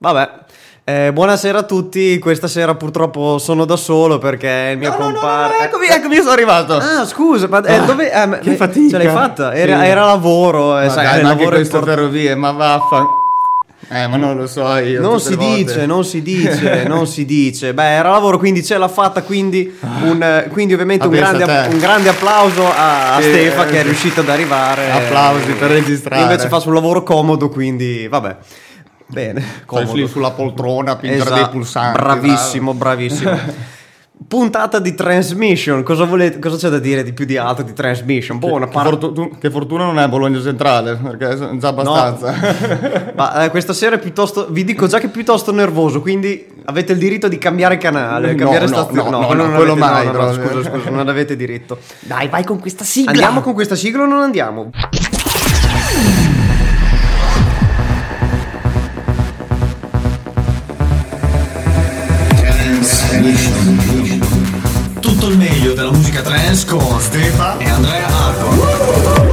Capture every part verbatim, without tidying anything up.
Vabbè, eh, buonasera a tutti. Questa sera purtroppo sono da solo perché il mio no, compare. No, no, no, eccomi, eccomi, sono arrivato. Ah, scusa, ma eh, dove. Eh, che fatica. Ce l'hai fatta? Era, Sì. era lavoro. Eh, Ma sai, dai, il ma lavoro anche è queste import- ferrovie, ma vaffa. Eh, ma non lo so io. Non tutte si le volte. dice, non si dice, non si dice. Beh, era lavoro, quindi ce l'ha fatta. Quindi, un, eh, quindi ovviamente Ma un pensa grande, a te. un grande applauso a, a Sì, Stefa eh, che è sì. riuscita ad arrivare. Applausi per registrare. Io invece faccio un lavoro comodo, quindi vabbè. Bene, Stai comodo. lì sulla poltrona a pingere Esatto, dei pulsanti. bravissimo, bravissimo. Puntata di Transmission. Cosa volete, cosa c'è da dire di più di altro di Transmission? Boh, una Che, par- fortu- tu- che fortuna non è Bologna Centrale, perché è già abbastanza. Ma eh, questa sera è piuttosto, vi dico già che è piuttosto nervoso, quindi avete il diritto di cambiare canale, No, cambiare no, stazione. no, no, quello no, non quello avete- mai, no, no, no, proprio. scusa, scusa, non avete diritto. Dai, vai con questa sigla. Andiamo con questa sigla o non andiamo? Tutto il meglio della musica trance con Stefa e Andrea Alcor.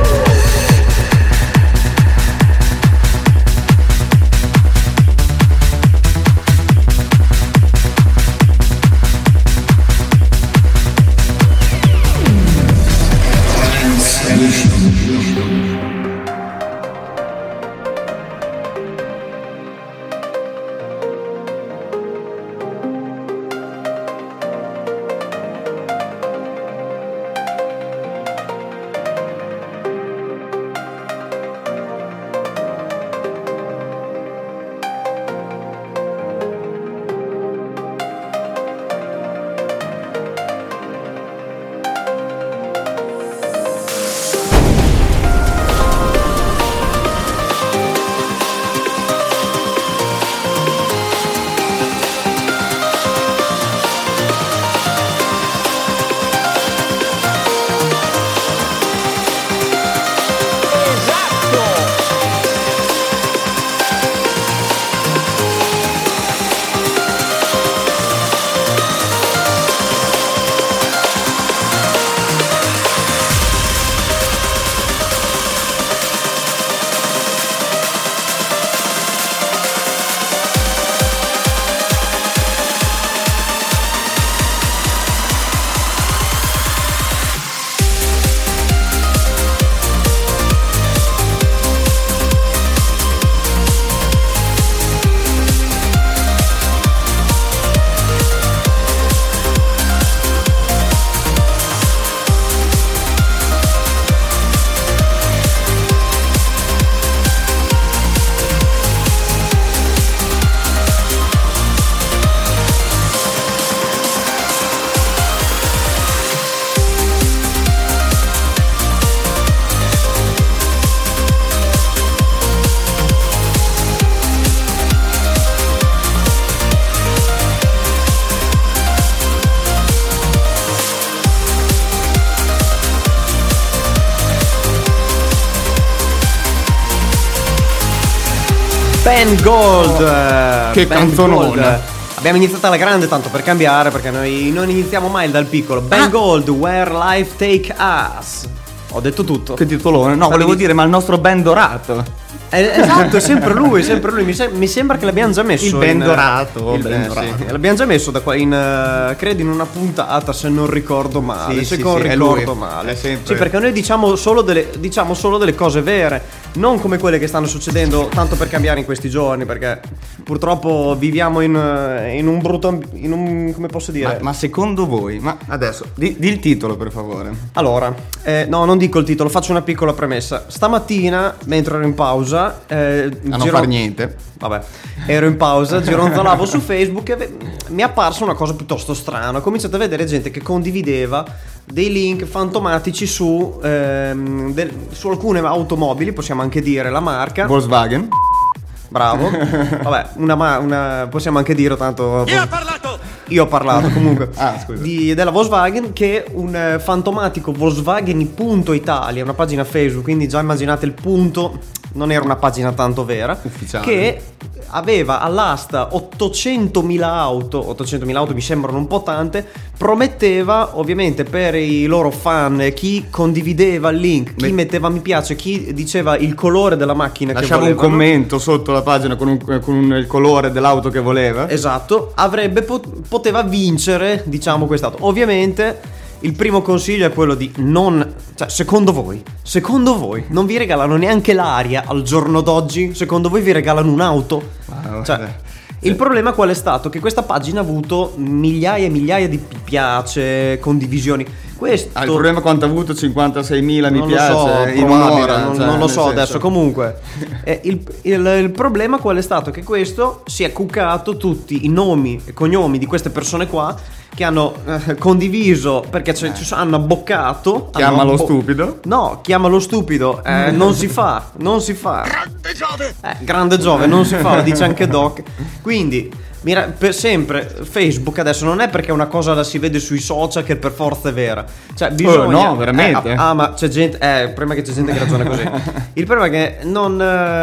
Ben Gold. eh, Che Ben canzonone. Gold. Abbiamo iniziato alla grande, tanto per cambiare, perché noi non iniziamo mai dal piccolo. Ben Ah. Gold, Where Life Take Us. Ho detto tutto. Che titolone. No, volevo dire, ma il nostro Ben dorato. Eh, esatto, è sempre lui, è sempre lui. Mi, sem- mi sembra che l'abbiamo già messo. Il ben in, dorato, il ben eh, dorato. sì, l'abbiamo già messo da qua in, eh, credo in una puntata, se non ricordo male. Sì, se sì, non sì, è ricordo lui. male. È sempre- Sì, perché noi diciamo solo, delle, diciamo solo delle cose vere, non come quelle che stanno succedendo, tanto per cambiare in questi giorni, perché purtroppo viviamo in, eh, in un brutto amb- in un, come posso dire? Ma, ma secondo voi? Ma adesso, di, di il titolo per favore. Allora, eh, no, non dico il titolo, faccio una piccola premessa. Stamattina, mentre ero in pausa, eh, A non giro- far niente. Vabbè, ero in pausa, gironzolavo su Facebook e ve- mi è apparsa una cosa piuttosto strana. Ho cominciato a vedere gente che condivideva dei link fantomatici su, ehm, del- su alcune automobili, possiamo anche dire la marca. Volkswagen. Bravo. Vabbè, una, ma- una possiamo anche dire tanto. Chi ha parlato? Io ho parlato comunque Ah, scusa. di, della Volkswagen, che un eh, fantomatico Volkswagen punto Italia, una pagina Facebook, quindi già immaginate il punto non era una pagina tanto vera, ufficiale, che aveva all'asta ottocentomila auto, ottocentomila auto mi sembrano un po' tante, prometteva ovviamente per i loro fan, chi condivideva il link, chi Beh, metteva mi piace, chi diceva il colore della macchina lasciava che un volevano, commento sotto la pagina con, un, con un- il colore dell'auto che voleva. esatto, avrebbe pot- poteva vincere, diciamo, quest'auto. Ovviamente il primo consiglio è quello di non, cioè, secondo voi, secondo voi non vi regalano neanche l'aria al giorno d'oggi? Secondo voi vi regalano un'auto? Ah, Cioè, vabbè. il problema qual è stato? Che questa pagina ha avuto migliaia e migliaia di mi piace, condivisioni. Questo Ah, il problema è quanto ha avuto cinquantaseimila mi non piace lo so, in probabile, un'ora, non, cioè, non lo nel so senso. adesso. Comunque, eh, il, il- il problema qual è stato? Che questo si è cuccato tutti i nomi e cognomi di queste persone qua che hanno eh, condiviso perché ci ci hanno abboccato. Chiama hanno lo abbo- stupido. No, chiama lo stupido. eh, non si fa, non si fa. Grande Giove! Eh, grande Giove, non si fa, lo dice anche Doc. Quindi. Mira, per sempre Facebook adesso non è perché una cosa la si vede sui social che per forza è vera. Cioè bisogna, no, veramente. eh, ah, ah, ma c'è gente, eh, il problema è che c'è gente che ragiona così. Il problema è che non,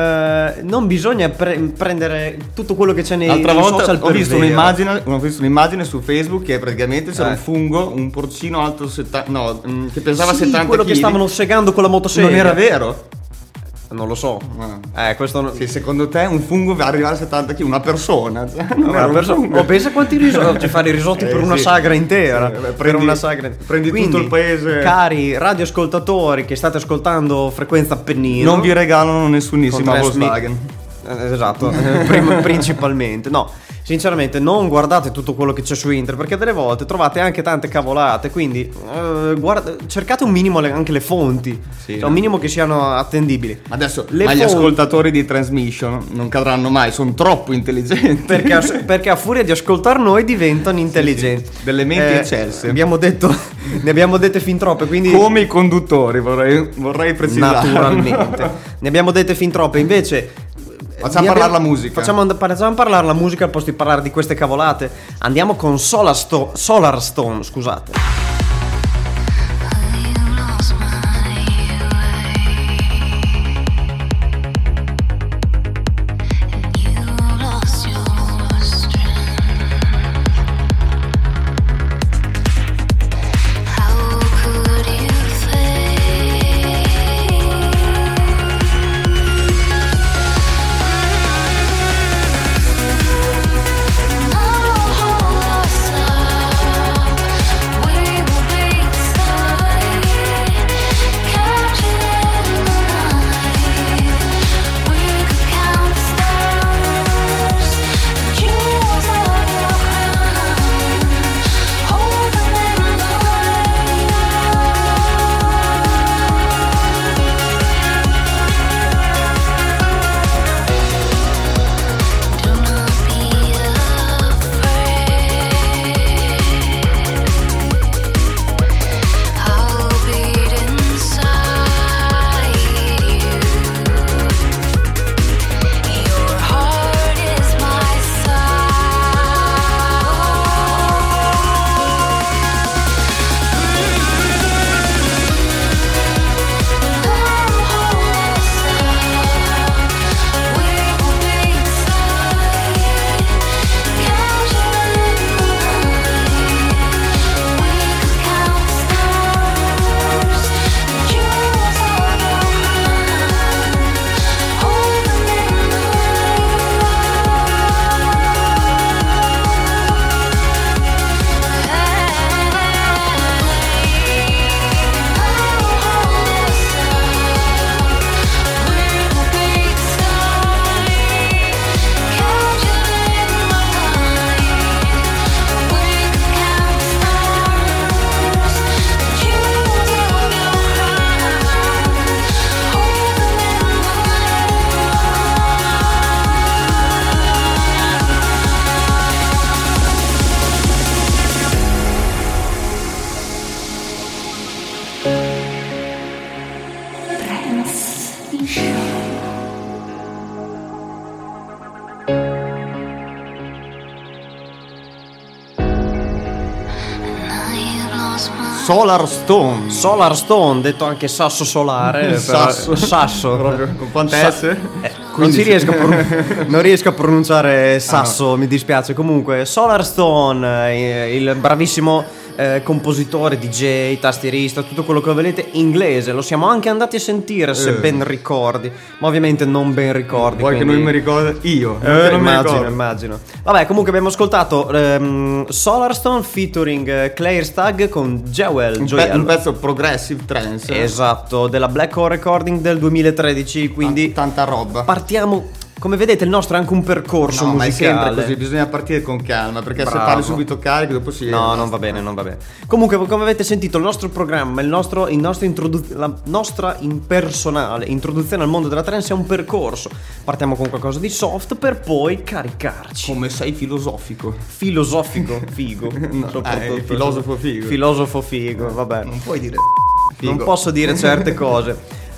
eh, non bisogna pre- prendere tutto quello che c'è nei, L'altra nei volta social ho per visto, vero. un'immagine, ho visto un'immagine su Facebook che praticamente c'era Eh. un fungo, un porcino alto settanta, no, mm, che pesava Sì, settanta quello che chili. stavano segando con la motosega. Non era vero? Non lo so. Ah. Eh, questo non... Se secondo te un fungo va a arrivare a settanta chili, una persona, cioè, non Una era un persona- fungo. oh, pensa quanti risotti, fare i risotti Eh, per una sì. sagra intera. Sì, beh, per prendi- una sagra prendi tutto il paese. Cari radioascoltatori che state ascoltando Frequenza Appennino, Non vi regalano nessunissima Con tre Volkswagen. Eh, esatto, eh, prim- principalmente. No, sinceramente non guardate tutto quello che c'è su internet perché delle volte trovate anche tante cavolate, quindi eh, guarda- cercate un minimo le- anche le fonti, Sì, cioè, no. un minimo che siano attendibili. Ma adesso Le ma gli fonti- ascoltatori di Transmission non cadranno mai, sono troppo intelligenti. Perché a, perché a furia di ascoltare noi diventano intelligenti. sì. Delle menti eccelse. Abbiamo detto, ne abbiamo dette fin troppe, quindi Come i conduttori, vorrei, vorrei precisare. naturalmente ne abbiamo dette fin troppe. Invece Facciamo vi parlare abbiamo- la musica. Facciamo, and- facciamo parlare la musica al posto di parlare di queste cavolate. Andiamo con Solarsto- Solarstone, scusate. We Solar Stone. Solar Stone, detto anche sasso solare. però- Sasso. sasso. Proprio, con quante Sa- S? eh, non, si quindici. riesco a pron- non riesco a pronunciare Ah, sasso, mi dispiace. Comunque, Solar Stone, eh, il bravissimo eh, compositore, D J, tastierista, tutto quello che volete, inglese. Lo siamo anche andati a sentire, se Eh. ben ricordi, ma ovviamente non ben ricordi. Vuoi che quindi- non mi ricordo? Io. Eh, non mi immagino, ricordo. immagino. Vabbè, comunque abbiamo ascoltato ehm, Solarstone featuring eh, Claire Stagg con Jewel. Un, pe- Joel. un pezzo progressive trance. Esatto, della Black Hole Recording del duemilatredici, quindi Tan- tanta roba. partiamo. Come vedete, il nostro è anche un percorso No, ma è musicale. sempre così, bisogna partire con calma, perché se Bravo. parli subito carico dopo si... No, non va bene, non va bene. Comunque, come avete sentito, il nostro programma, il nostro, il nostro introdu- la nostra impersonale introduzione al mondo della trance è un percorso. Partiamo con qualcosa di soft per poi caricarci. Come sei filosofico. Filosofico, figo. No, soprattutto. eh, filosofo figo. Filosofo figo, vabbè. Non puoi dire Non figo. posso dire certe cose.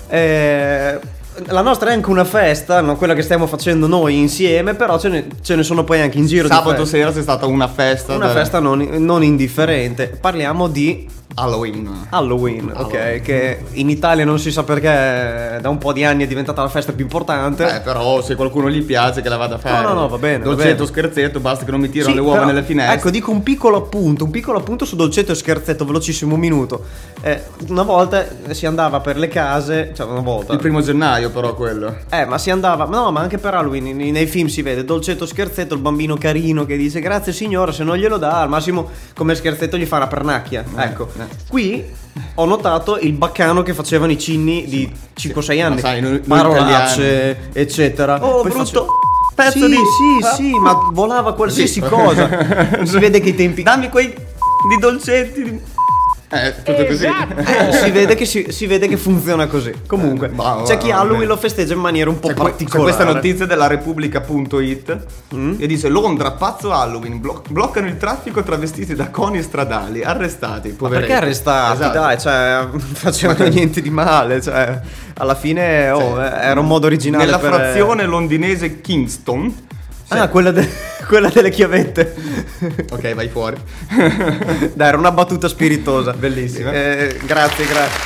Eh, la nostra è anche una festa, non quella che stiamo facendo noi insieme, però ce ne, ce ne sono poi anche in giro. Sabato di feste. sera c'è stata una festa. Una da- festa non, non indifferente. Parliamo di Halloween. Halloween, ok? Halloween. Che in Italia non si sa perché da un po' di anni è diventata la festa più importante. Beh, però se qualcuno gli piace che la vada a fare. No, no, no, va bene, va Dolcetto, bene. scherzetto, basta che non mi tirano Sì, le uova però, nelle finestre. Ecco, dico un piccolo appunto, un piccolo appunto su dolcetto e scherzetto, velocissimo, un minuto. Eh, una volta si andava per le case, cioè una volta. Il primo gennaio però quello. Eh, ma si andava, no, ma anche per Halloween nei, nei film si vede dolcetto scherzetto, il bambino carino che dice grazie signora, se non glielo dà, al massimo come scherzetto gli fa una pernacchia. Eh, ecco, eh. Qui ho notato il baccano che facevano i cinni di cinque sei anni, Ma sai, noi- noi parolacce, eccetera. Oh, Poi brutto face- pezzo sì, di- sì, sì, ma volava qualsiasi Sì. cosa. Si vede che i tempi Dammi quei di dolcetti. di- Eh, tutto così. Eh, si, vede che si, si vede che funziona così. Comunque, Eh, ma- c'è chi va Halloween bene. lo festeggia in maniera un po' C'è, que- c'è particolare. questa notizia della Repubblica punto it che dice Londra, pazzo Halloween, blo- bloccano il traffico travestiti da coni stradali, arrestati. Ma poveretti. perché arrestati? Esatto. Dai, cioè, facevano niente di male. Cioè, alla fine, oh, Cioè, era un modo originale. Nella per- frazione londinese Kingston. Ah, quella, de- quella delle chiavette. Ok, vai fuori. Dai, era una battuta spiritosa. Bellissima. Eh, grazie, grazie.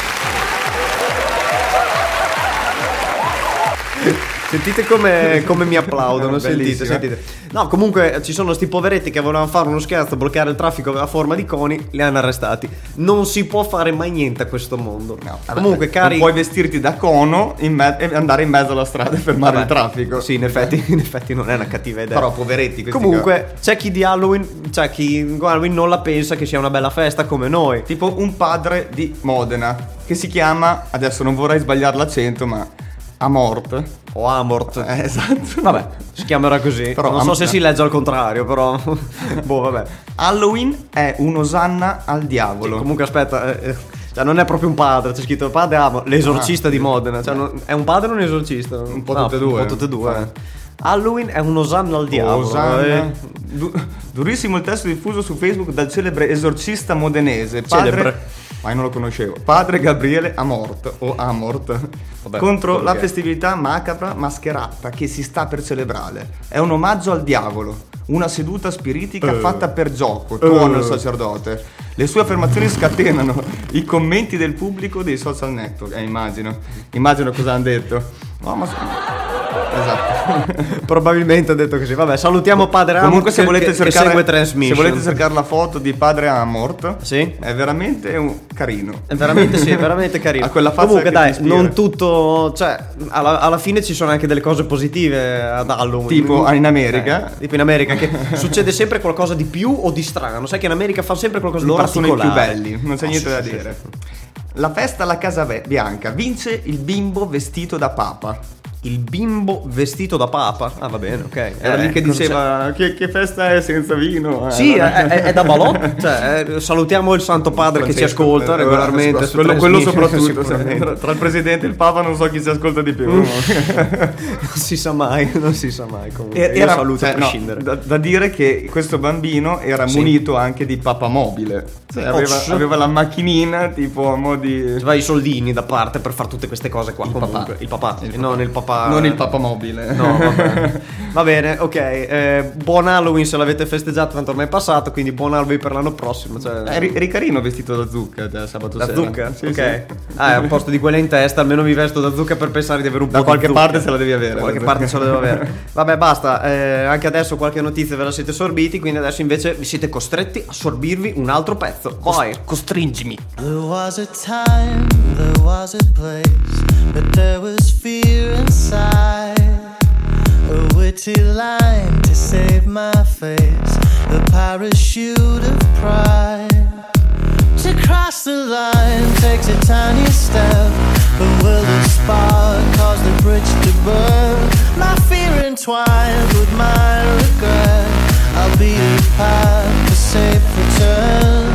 Sentite come, come mi applaudono, sentite, Bellissima. sentite. No, comunque ci sono sti poveretti che volevano fare uno scherzo, bloccare il traffico a forma di coni, li hanno arrestati. Non si può fare mai niente a questo mondo. No, vabbè, Comunque, cari... non puoi vestirti da cono in me- e andare in mezzo alla strada e fermare Vabbè, il traffico. Sì, in effetti, in effetti non è una cattiva idea. Però poveretti questi Comunque, c'è chi di Halloween, c'è chi Halloween non la pensa che sia una bella festa come noi. Tipo un padre di Modena che si chiama, adesso non vorrei sbagliare l'accento, ma Amort. O Amort. Eh, esatto. Vabbè, si chiamerà così. Però non so Am- se si legge al contrario, però. Boh, vabbè. Halloween è un'osanna al diavolo. Comunque, aspetta. eh, eh, cioè, non è proprio un padre, c'è scritto padre Amort, l'esorcista Ah, di Modena. Cioè, non- è un padre o un esorcista? Un po' No, tutte e due. Un po' tutte e due. eh. Halloween è un osanna al diavolo. Osanna. eh. Du- durissimo il testo diffuso su Facebook dal celebre esorcista modenese. Padre... Celebre. Ma io non lo conoscevo. Padre Gabriele Amort o Amort. Vabbè, contro quello la che è. festività macabra mascherata che si sta per celebrare. È un omaggio al diavolo. Una seduta spiritica Eh. fatta per gioco, tuono Eh. il sacerdote. Le sue affermazioni scatenano i commenti del pubblico dei social network. Eh, immagino. Immagino cosa hanno detto. No, ma... Esatto. Probabilmente ha detto così. Vabbè, salutiamo padre Amort. Comunque se che- volete che, che cercare segue se Transmission. volete cercare la foto di padre Amort, Sì. è veramente un carino. È veramente sì, è veramente carino. Ha quella faccia Comunque che dai, ti ispira. non tutto, cioè alla, alla fine ci sono anche delle cose positive ad Halloween. Tipo in America. Eh, tipo in America che succede sempre qualcosa di più o di strano. Sai che in America fa sempre qualcosa Loro di sono i particolare. più belli, non c'è Ah, niente sì, da sì, dire. sì, La festa alla Casa Ve- Bianca vince il bimbo vestito da papa. Il bimbo vestito da papa. Ah, va bene, ok. Era Eh, lì che cosa diceva che, che festa è senza vino. c'è? Eh, Sì, è, vabbè. è- è da balò. Cioè, eh, salutiamo il Santo Padre che ci Francesco, ascolta eh, regolarmente. eh, su quello, quello Transmission, soprattutto. sicuramente. Tra, tra il presidente e il papa non so chi si ascolta di più. Non si sa mai, non si sa mai. Comunque, E- io era- saluto cioè, a no, prescindere. da, da dire che questo bambino era Sì. munito anche di papamobile. Cioè, Oh, aveva, sì. aveva la macchinina tipo a mo' di... Vai i soldini da parte per fare tutte queste cose qua. Il comunque. papà. Il papà, Il non il papà. papà. Non il papà mobile. No, vabbè. Va bene, ok. Eh, buon Halloween se l'avete festeggiato, tanto ormai è passato, quindi buon Halloween per l'anno prossimo. Cioè... Eri, eri carino vestito da zucca da sabato Da sera. zucca? Sì, ok. sì. Ah, al posto di quella in testa, almeno mi vesto da zucca per pensare di avere un Da po' qualche di zucca. parte se la devi avere. Da qualche la parte zucca. ce la devo avere. Vabbè, basta. Eh, anche adesso qualche notizia ve la siete sorbiti, quindi adesso invece vi siete costretti a sorbirvi un altro pezzo. Vai, costringimi. There was a time, there was a place, but there was fear inside. A witty line to save my face, the parachute of pride. To cross the line takes a tiny step, but will the spark cause the bridge to burn? My fear entwined with my regret, I'll be the path to safe return.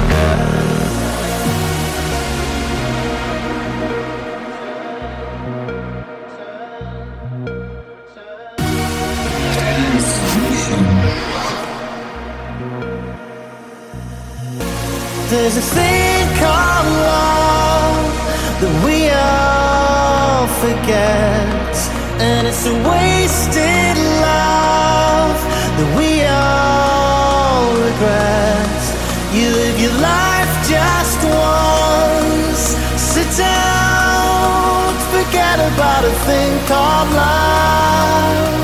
There's a thing called love that we all forget, and it's a wasted love that we all regret. You live your life just once, sit down, forget about a thing called love.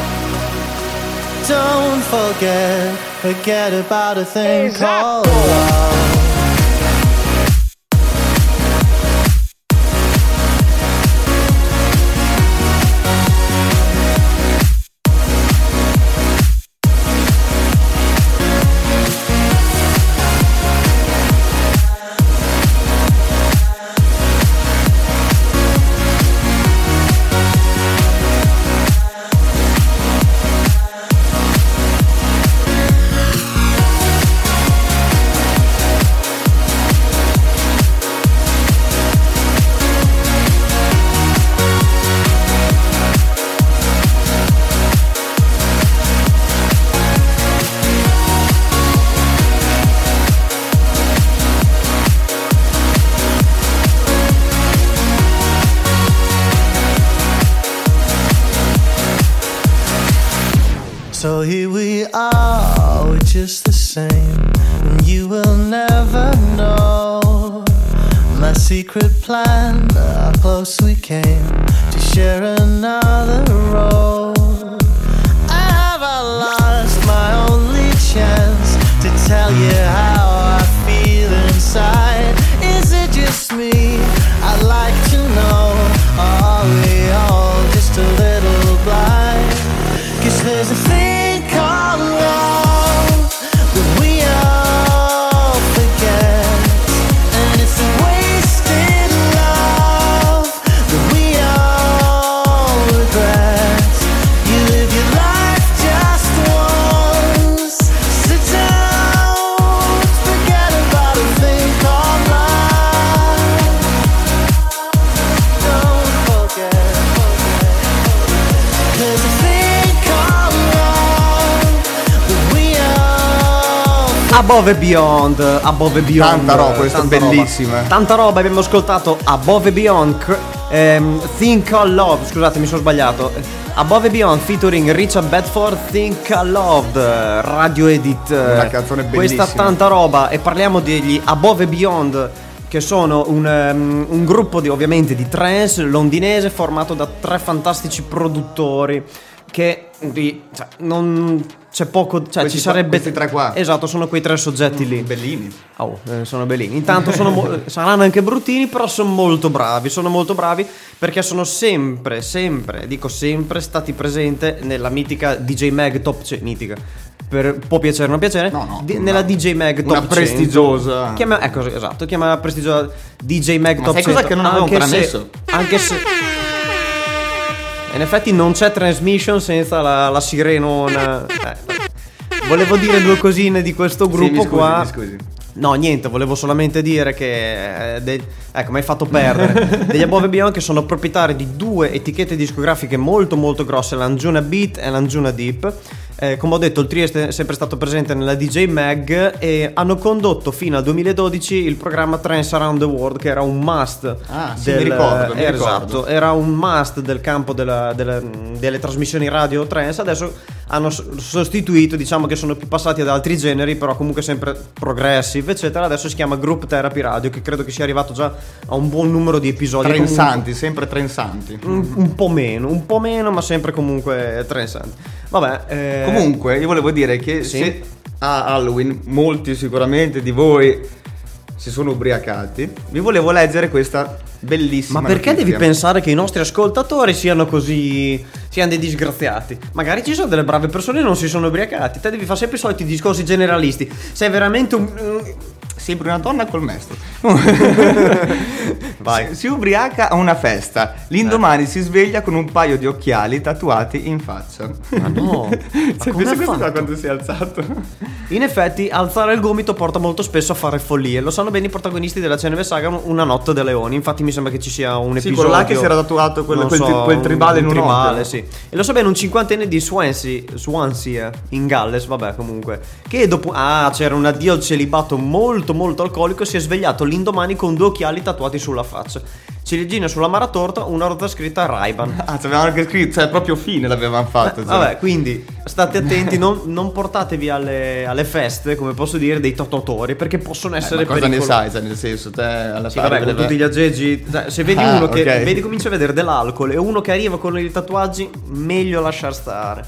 Don't forget, forget about a thing called love. So here we are, we're just the same, and you will never know my secret plan, how close we came to share another road. Have I lost my only chance to tell you how I feel inside? Is it just me? I'd like to know, or are we all just a little blind? 'Cause there's a thing called love that we all forget, and it's a wasted love that we all regret. You live your life just once, sit down, forget about a thing called love. Don't forget, forget, forget. There's a thing Above and Beyond, Above and Beyond. Tanta roba, questa tanta bellissima. Roba. Tanta roba, abbiamo ascoltato Above and Beyond, ehm, Think Called Love, scusate mi sono sbagliato. Above and Beyond featuring Richard Bedford, Think Called Loved, radio edit. Una canzone bellissima. Questa tanta roba, e parliamo degli Above and Beyond, che sono un, um, un gruppo di, ovviamente di trance londinese formato da tre fantastici produttori che di, cioè, non c'è poco, cioè Questi ci qua- sarebbe questi tre qua. Esatto, sono quei tre soggetti lì. Bellini. Oh, eh, sono bellini. Intanto sono mo- saranno anche bruttini, però sono molto bravi. Sono molto bravi perché sono sempre, sempre, dico sempre, stati presenti nella mitica D J Mag Top cento. Mitica. Per, può piacere o non piacere? No, no, Di- una- nella D J Mag Top una cento. prestigiosa. Chiama, ecco, esatto, chiama prestigiosa D J Mag Ma Top sai cento. cos'è che non avevo anche ancora se, messo? Anche se in effetti non c'è transmission senza la, la sirenona. Eh, volevo dire due cosine di questo gruppo Sì, mi scusi, qua. mi scusi. No, niente, volevo solamente dire che eh, de- ecco, mi hai fatto perdere. Degli Above Beyond, che sono proprietari di due etichette discografiche molto molto grosse, l'Anjuna Beat e l'Anjuna Deep. Eh, come ho detto, il trio è sempre stato presente nella D J Mag e hanno condotto fino al duemiladodici il programma Trance Around the World, che era un must. Ah, sì, mi ricordo, mi eh, ricordo. Esatto, era un must del campo della, della, delle trasmissioni radio trance. Adesso hanno sostituito, diciamo che sono più passati ad altri generi, però comunque sempre progressive eccetera. Adesso si chiama Group Therapy Radio, che credo che sia arrivato già a un buon numero di episodi. Trensanti, comunque, sempre trensanti. un, un po' meno, un po' meno, ma sempre comunque trensanti. Vabbè, eh... Comunque, io volevo dire che Sì. se a Halloween molti sicuramente di voi si sono ubriacati, vi volevo leggere questa bellissima Ma perché notizia. devi pensare che i nostri ascoltatori siano così, siano dei disgraziati? Magari ci sono delle brave persone che non si sono ubriacati. Te devi fare sempre i soliti discorsi generalisti. Sei veramente un... Sembri una donna col mestolo. Vai. Si, si ubriaca a una festa. L'indomani si sveglia con un paio di occhiali tatuati in faccia. Ma no, ma Cioè, come pensa ha questo qua fatto? quando si è alzato. In effetti, alzare il gomito porta molto spesso a fare follie. Lo sanno bene i protagonisti della C N V Saga Una notte dei leoni. Infatti mi sembra che ci sia un Sì, episodio, quello là che si era tatuato quel- non quel tri- quel tribale in un tribale, occhio. sì. E lo so bene un cinquantenne di Swansea, Swansea in Galles, vabbè, comunque, che dopo ah, c'era un addio al celibato molto molto alcolico, si è svegliato l'indomani con due occhiali tatuati sulla faccia. Ciliegina sulla maratorta, una nota scritta Ray-Ban. Ah, ci avevano anche scritto, cioè proprio fine l'avevano fatto. Eh, cioè. Vabbè, quindi state attenti, non, non portatevi alle, alle feste, come posso dire, dei tatuatori, perché possono Eh, essere ma cosa ne pericolosi. sai, cioè, nel senso, te alla Sì, pari vabbè, con delle- tutti gli aggeggi, cioè, se vedi Ah, uno che ok. vedi comincia a vedere dell'alcol e uno che arriva con i tatuaggi, meglio lasciar stare.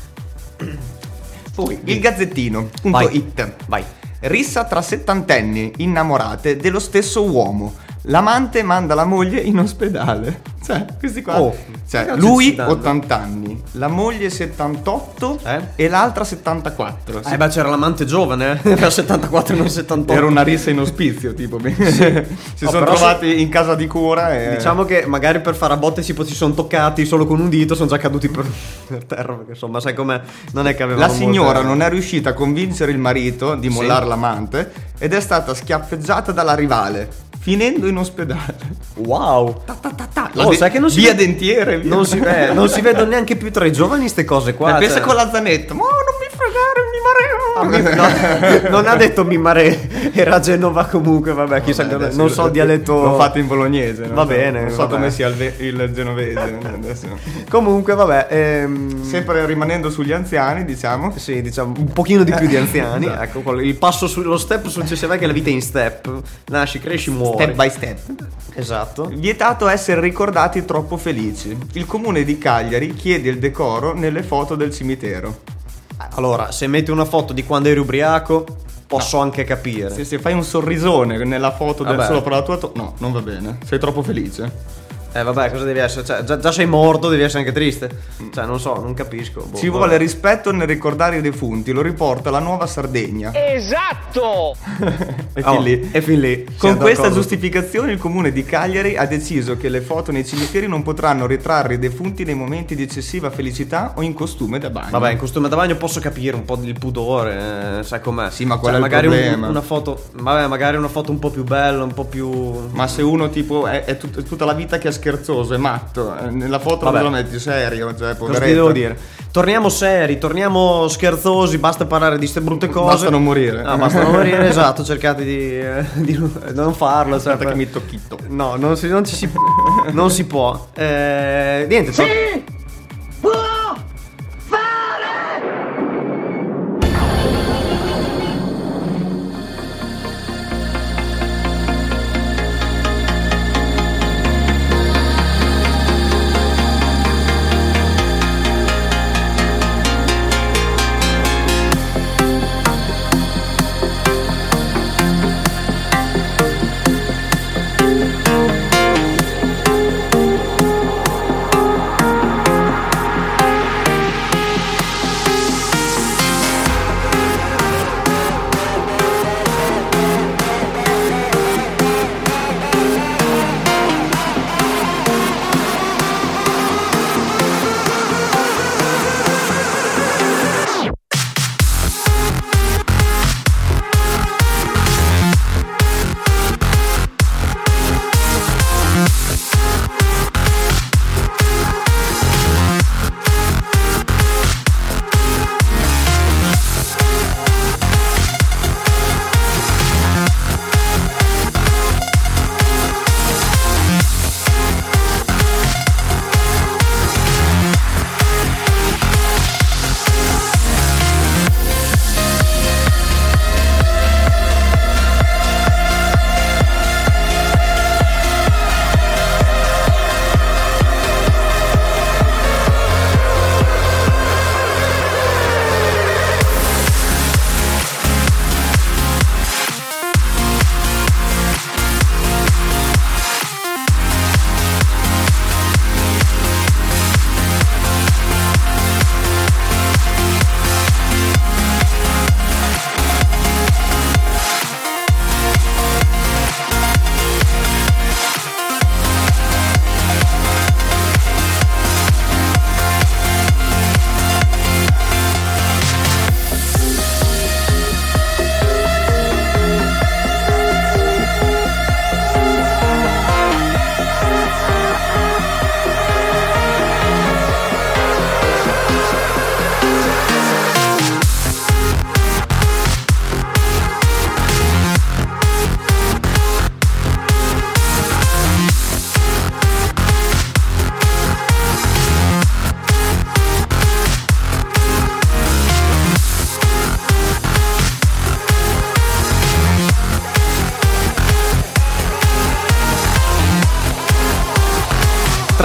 Poi, il Gazzettino, punto Vai. it. Vai. Rissa tra settantenni innamorate dello stesso uomo. L'amante manda la moglie in ospedale. Cioè, questi qua. Oh, cioè, che lui cazzo ci danno? ottanta anni, la moglie settantotto Eh? e l'altra settantaquattro. Eh beh, c'era l'amante giovane, eh? Era settantaquattro e non settantotto. Era una rissa in ospizio, tipo. si Oh, sono però trovati in casa di cura e... Diciamo che magari per fare a botte si, si sono toccati solo con un dito, sono già caduti per, per terra, perché insomma, sai com'è? Non è che avevano La signora molte- non è riuscita a convincere il marito di Sì. mollare l'amante ed è stata schiaffeggiata dalla rivale, finendo in ospedale. Wow. Ta ta ta ta. La Oh, de- sai che non si via vede- dentiere, via. Non si, eh, non si vedono neanche più tra i giovani ste cose qua. Cioè, pensa cioè. con la zanetta. Ma non mi fregare, mi mareo. Ah, mi- no, non ha detto mi mare, era a Genova comunque, vabbè, chissà, Vabbè, che- adesso non so il dialetto. L'ho fatto in bolognese. non Va so- bene, Non so vabbè. come sia il, ve- il genovese. Adesso. Comunque, vabbè, ehm, Sempre rimanendo sugli anziani, diciamo. sì, diciamo un pochino di più di anziani. Esatto. Ecco, quello- il passo sullo step successivo è che la vita è in step. Nasci, cresci, muori. Step by step. Esatto. Vietato essere ricordati troppo felici. Il comune di Cagliari chiede il decoro nelle foto del cimitero. Allora, se metti una foto di quando eri ubriaco, posso anche capire. Se, se fai un sorrisone nella foto del Vabbè. sopra la tua to- no, non va bene. Sei troppo felice. Eh vabbè, cosa devi essere? Cioè, già, già sei morto, devi essere anche triste. Cioè, non so, non capisco. Boh, Ci vabbè. vuole rispetto nel ricordare i defunti, lo riporta la nuova Sardegna. Esatto! E Oh, fin lì. E fin lì. Con Siamo questa d'accordo. giustificazione il comune di Cagliari ha deciso che le foto nei cimiteri non potranno ritrarre i defunti nei momenti di eccessiva felicità o in costume da bagno. Vabbè, in costume da bagno posso capire un po' il pudore, eh, sai com'è. Sì, ma quello Cioè, è il magari un- problema. una foto, vabbè, magari una foto un po' più bella, un po' più. Ma se uno tipo è, è tut- è tutta la vita che è scherzoso, è matto, eh, nella foto Vabbè. non lo metti serio, cioè Cosa poveretto. ti devo dire? Torniamo seri, torniamo scherzosi, basta parlare di ste brutte cose. Basta non morire. Ah, basta non morire, esatto, cercate di, eh, di non farlo. Cioè, Aspetta che mi tocchito. No, non si, non ci si, non si può. Eh, niente, to-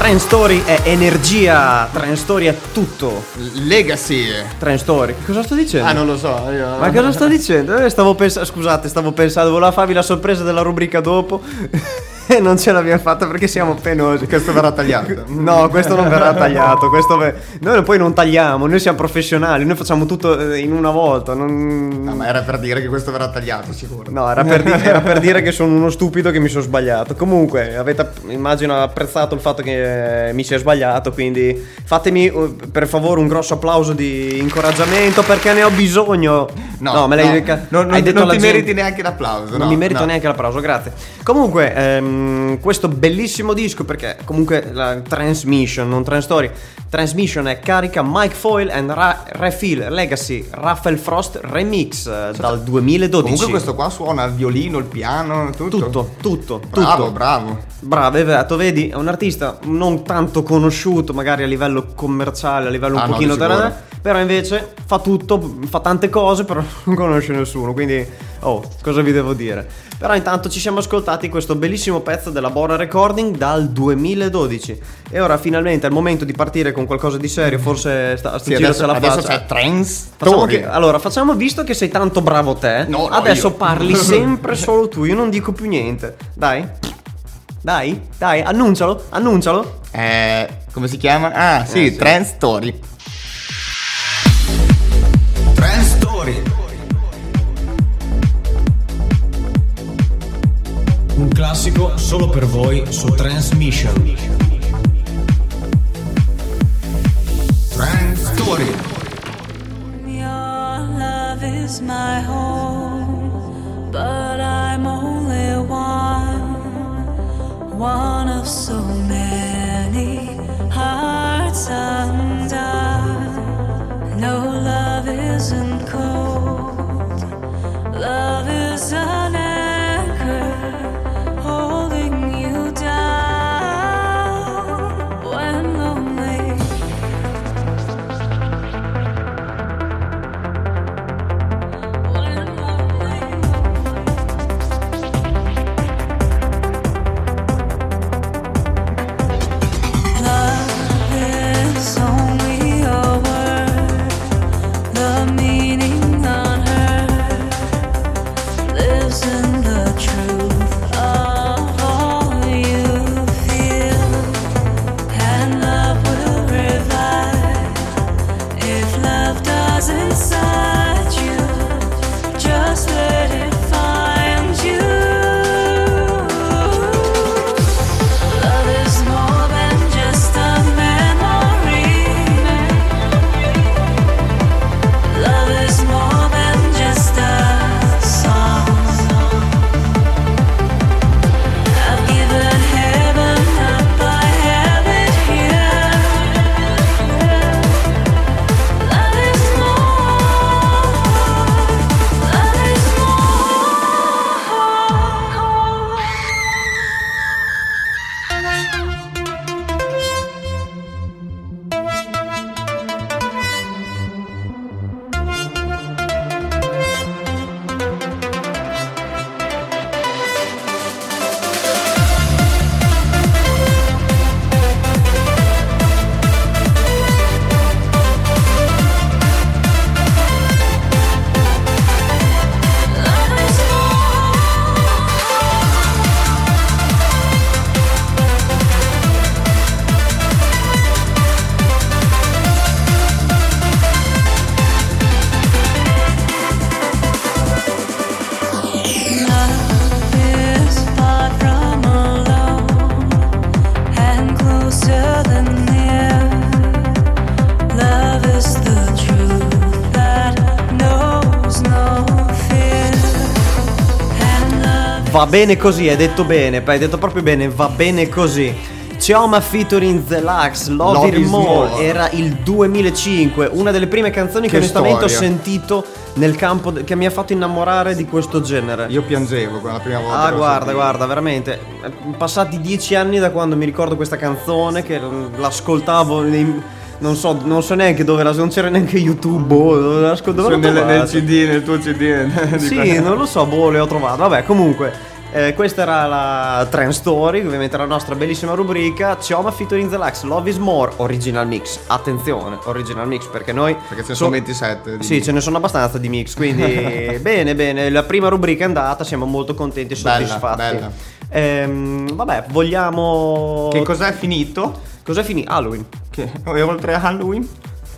Trend Story è energia, Trend Story è tutto. Legacy. Trend Story. Che cosa sto dicendo? Ah, non lo so. Io... Ma cosa sto dicendo? Eh, Stavo pensando, scusate, stavo pensando, volevo farvi la sorpresa della rubrica dopo. E non ce l'abbiamo fatta perché siamo penosi. Questo verrà tagliato. No, questo non verrà tagliato. Questo ve- Noi poi non tagliamo, noi siamo professionali, noi facciamo tutto in una volta. Non... No, ma era per dire che questo verrà tagliato, sicuro. No, era per, di- era per dire che sono uno stupido che mi sono sbagliato. Comunque, avete immagino apprezzato il fatto che eh, mi sia sbagliato. Quindi fatemi uh, per favore un grosso applauso di incoraggiamento perché ne ho bisogno. No, me l'hai no, detto. non, non, non ti meriti neanche l'applauso. Non no, mi merito no. neanche l'applauso, grazie. Comunque, ehm, questo bellissimo disco, perché comunque la Transmission, non Trend Story, Transmission è carica Mike Foyle and Ra- Refill Legacy Raphael Frost Remix eh, dal duemiladodici. Comunque questo qua suona il violino, il piano, tutto. Tutto, tutto, Bravo, tutto. bravo. Bravo, esatto, vedi, è un artista non tanto conosciuto magari a livello commerciale, a livello un Ah, no, pochino di sicuro. da, però invece fa tutto, fa tante cose, però non conosce nessuno, quindi oh, cosa vi devo dire? Però intanto ci siamo ascoltati questo bellissimo pezzo della Bora Recording dal duemiladodici e ora finalmente è il momento di partire con qualcosa di serio, forse sta, a sto Sì, giro adesso, ce la adesso faccia. c'è Trends Facciamo Story. che- allora, facciamo, visto che sei tanto bravo te, No, no, adesso io. parli sempre solo tu, io non dico più niente. Dai, dai, dai, annuncialo, annuncialo. Eh, come si chiama? Ah, sì, Eh, sì. Trend Story. Trend Story. Un classico solo per voi su Transmission. Trend Story. Your love is my home, but I'm only one, one of so many hearts undone. No, love isn't cold, love is an anchor holding you down when lonely. When lonely. Love is only a word, the meaning unheard lives in the truth of all you feel, and love will revive if love does inside you. Just let it find you. Love is more than just a memory. Love is more than just a song. I've given heaven up, I have it here. Love is more. Love is more. Love is Love is far from alone and closer than near. Love is the truth that knows no fear. And love Va bene così, hai detto bene, hai detto proprio bene, va bene così. Chioma featuring The Lux, Love, Love It is More, More. era il duemilacinque, una delle prime canzoni che, Che onestamente storia. ho sentito nel campo, de- che mi ha fatto innamorare di questo genere. Io piangevo quella prima volta. Ah, che l'ho guarda, sentita. guarda, veramente. eh, Passati dieci anni da quando mi ricordo questa canzone, che l'ascoltavo nei- non so, non so neanche dove la, non c'era neanche YouTube, boh, dove l'ascoltavo. Su- nel, nel C D, nel tuo C D. di Sì, quella- non lo so, boh, le ho trovate. Vabbè, comunque. Eh, questa era la Trend Story, ovviamente la nostra bellissima rubrica. Chioma featuring The Lax, Love is More, Original Mix. Attenzione, Original Mix, perché noi... Perché ce ne so- sono ventisette. di- Sì, ce ne sono abbastanza di mix, quindi bene, bene, la prima rubrica è andata, siamo molto contenti e Bella, soddisfatti. bella. Ehm, vabbè, vogliamo... Che cos'è finito? Cos'è finito? Halloween. Che e oltre a Halloween?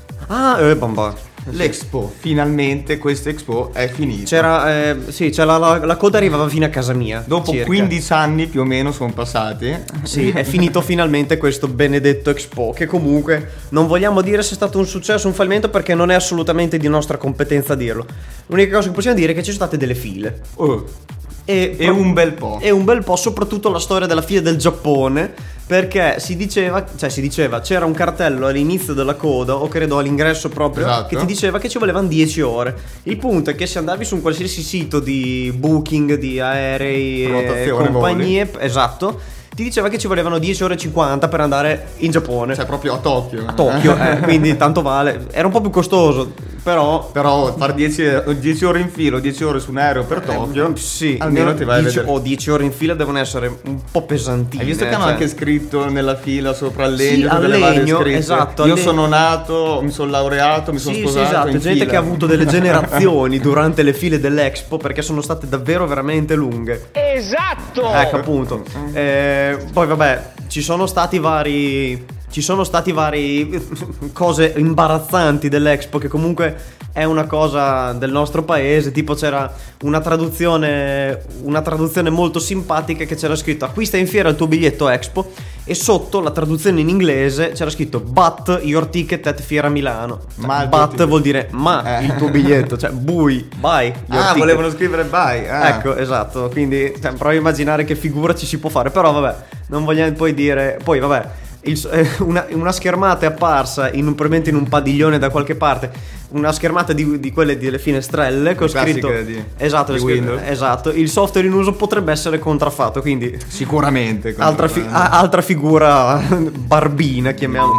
Ah, eh, bomba. L'Expo, finalmente questa Expo è finita. C'era, eh, sì, c'era la, la, la coda arrivava fino a casa mia. Dopo circa. quindici anni più o meno sono passati. Sì, è finito finalmente questo benedetto Expo, che comunque non vogliamo dire se è stato un successo o un fallimento, perché non è assolutamente di nostra competenza dirlo. L'unica cosa che possiamo dire è che ci sono state delle file. Oh, E, E un bel po'. E un bel po', soprattutto la storia della fila del Giappone, perché si diceva, cioè si diceva, c'era un cartello all'inizio della coda, o credo all'ingresso proprio, Esatto. che ti diceva che ci volevano dieci ore. Il punto è che se andavi su un qualsiasi sito di booking, di aerei, e Prenotazione, compagnie, esatto, ti diceva che ci volevano dieci ore e cinquanta per andare in Giappone. Cioè proprio a Tokyo. a Tokyo, eh, quindi tanto vale. Era un po' più costoso, però... Però fare dieci ore in filo, dieci ore su un aereo per Tokyo, Eh, sì, almeno ti vai a dieci, vedere. o dieci ore in fila devono essere un po' pesantine. Hai visto che hanno cioè. anche scritto nella fila sopra il Sì, legno, al delle varie legno, scritte? esatto, al Io legno. sono nato, mi sono laureato, mi sono Sì, sì, sposato esatto, in gente fila. che ha avuto delle generazioni durante le file dell'Expo, perché sono state davvero veramente lunghe. Esatto! Ecco, appunto. Eh, poi vabbè, ci sono stati vari ci sono stati vari cose imbarazzanti dell'Expo, che comunque è una cosa del nostro paese. Tipo c'era una traduzione una traduzione molto simpatica, che c'era scritto: acquista in fiera il tuo biglietto Expo, e sotto la traduzione in inglese c'era scritto but your ticket at Fiera Milano. Cioè, Ma il but tuo ticket. vuol dire ma Eh. il tuo biglietto, cioè bui, buy your Ah, ticket. volevano scrivere bye. Ah. Ecco, esatto, quindi cioè, provo a immaginare che figura ci si può fare, però vabbè, non vogliamo poi dire, poi vabbè, il- eh, una, una schermata è apparsa in un, probabilmente in un padiglione da qualche parte, una schermata di, di quelle delle finestrelle con Le classiche scritto di- esatto, di le scri- Windows. esatto, il software in uso potrebbe essere contraffatto, quindi Sicuramente. altra, fi- a- altra figura barbina, chiamiamo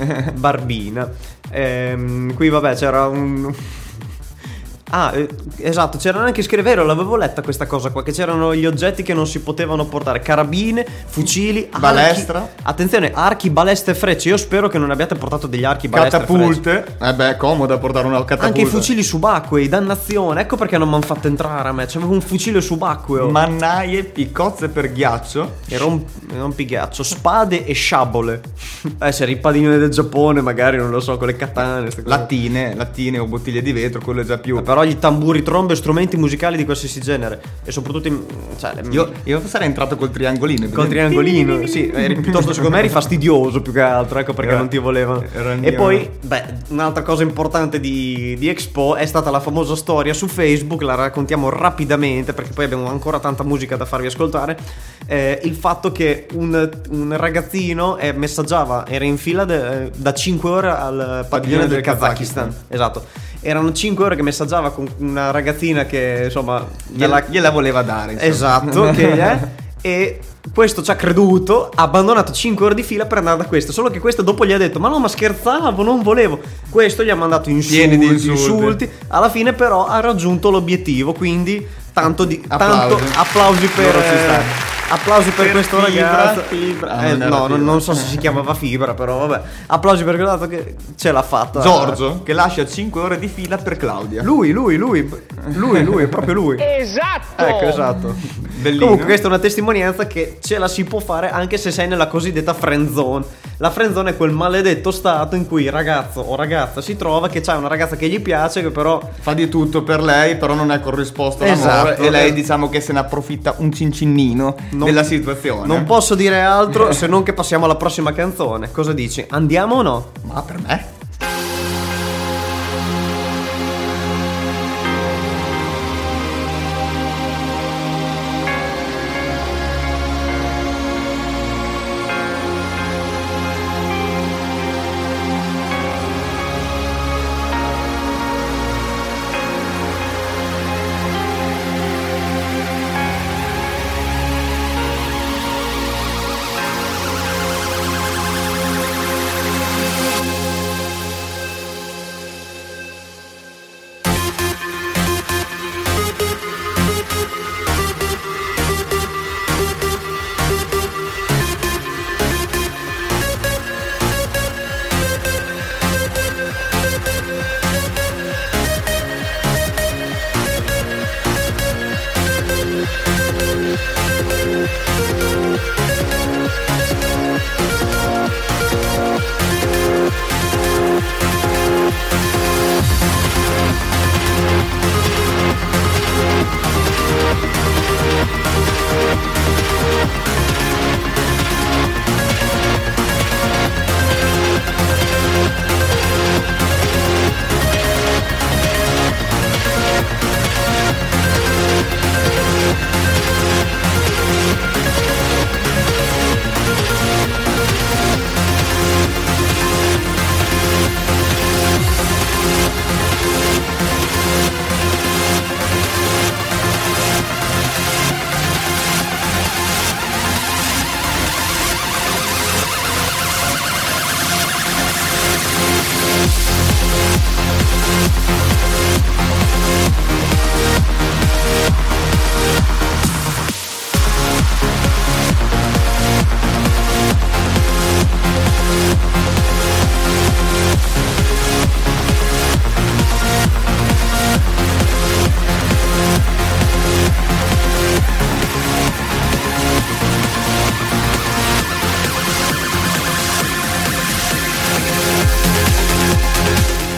barbina. Ehm, qui vabbè c'era un Ah, eh, esatto, c'era anche scrivere, l'avevo letta questa cosa qua, che c'erano gli oggetti che non si potevano portare: carabine, fucili, archi- Balestra. attenzione, archi, balestre e frecce. Io spero che non abbiate portato degli archi, balestre e frecce. Catapulte. Eh beh, è comoda portare una catapulta. Anche i fucili subacquei, dannazione. Ecco perché non mi hanno fatto entrare a me. C'avevo un fucile subacqueo. Mannaie, piccozze per ghiaccio. E romp- rompighiaccio, spade e sciabole. Eh, se eri il padiglione del Giappone, magari non lo so, con le katane, ste cose. Lattine, lattine o bottiglie di vetro, quello è già più. Però gli tamburi, trombe, strumenti musicali di qualsiasi genere. E soprattutto in- cioè, le- Io, io sarei entrato col triangolino. col triangolino, sì, eri piuttosto secondo me eri fastidioso più che altro, ecco perché Era- non ti volevano. era il E mio- poi, beh, un'altra cosa importante di, di Expo è stata la famosa storia su Facebook, la raccontiamo rapidamente perché poi abbiamo ancora tanta musica da farvi ascoltare. Eh, il fatto che un, un ragazzino eh, messaggiava, era in fila de- da cinque ore al padiglione del del Kazakistan. Esatto. Erano cinque ore che messaggiava con una ragazzina che insomma Gliela, gliela voleva dare. insomma. Esatto, che è. E questo ci ha creduto, ha abbandonato cinque ore di fila per andare da questo. Solo che questo dopo gli ha detto: ma no, ma scherzavo, non volevo. Questo gli ha mandato insulti, Pieni di insulti. insulti. Alla fine però ha raggiunto l'obiettivo. Quindi tanto di Applausi. tanto applausi per Loro ci stanno. eh, applausi per, Per questo Fibra, ragazzo. Fibra. Ah, Eh, non era no, Fibra. non, non so se si chiamava Fibra, però vabbè. Applausi per quello dato che ce l'ha fatta. Giorgio, che lascia cinque ore di fila per Claudia. Lui, lui, lui, lui, lui, è proprio lui. Esatto! Ecco, esatto. Bellino. Comunque questa è una testimonianza che ce la si può fare anche se sei nella cosiddetta friend zone. La friend zone è quel maledetto stato in cui il ragazzo o ragazza si trova che c'ha una ragazza che gli piace, che però Fa di tutto per lei, però non è corrisposto all'amore. Esatto. E lei diciamo che se ne approfitta un cincinnino Non- della situazione. non posso dire altro se non che passiamo alla prossima canzone. Cosa dici? Andiamo o no? Ma per me?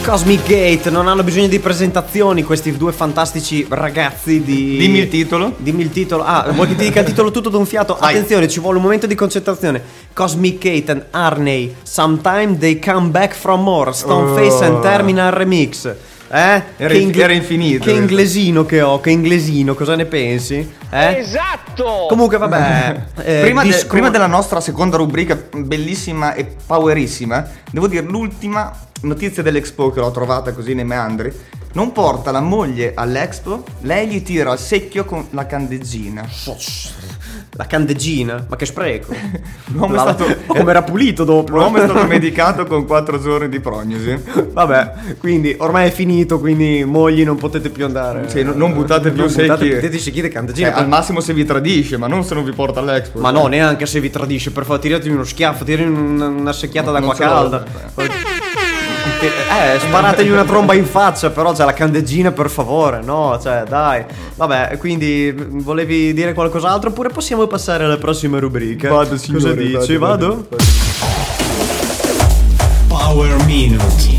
Cosmic Gate, non hanno bisogno di presentazioni questi due fantastici ragazzi di... Dimmi il titolo. Dimmi il titolo. Ah, vuoi che ti dica il titolo tutto d'un fiato? Vai. Attenzione, ci vuole un momento di concentrazione. Cosmic Gate and Arney, Sometime They Come Back From More, Stoneface Oh. and Terminal Remix. Eh? Era Che in- ingle- era infinito. Che inglesino che ho, che inglesino, cosa ne pensi? Eh? Esatto! Comunque vabbè. eh, prima, de- disco- prima della nostra seconda rubrica bellissima e powerissima, devo dire l'ultima notizia dell'Expo che l'ho trovata così nei meandri. Non porta la moglie all'Expo, lei gli tira al secchio con la candeggina. La candeggina, ma che spreco. L'uomo è La- stato- come era pulito dopo. L'uomo è stato medicato con quattro giorni di prognosi. Vabbè, quindi ormai è finito, quindi mogli non potete più andare. Sì, non- non buttate più non secchi. buttate, mettete i secchi di candeggina. Cioè, al massimo se vi tradisce, ma non se non vi porta all'Expo. Ma no, neanche se vi tradisce, per favore, tiratemi uno schiaffo, tiratemi una, una secchiata Non d'acqua ce l'ho. calda. Eh, sparategli una tromba in faccia, però c'è la candeggina, per favore, no, cioè, dai. Vabbè, quindi volevi dire qualcos'altro oppure possiamo passare alla prossima rubrica? Vado, signore, Cosa dici? vado, Vado? Power Minute.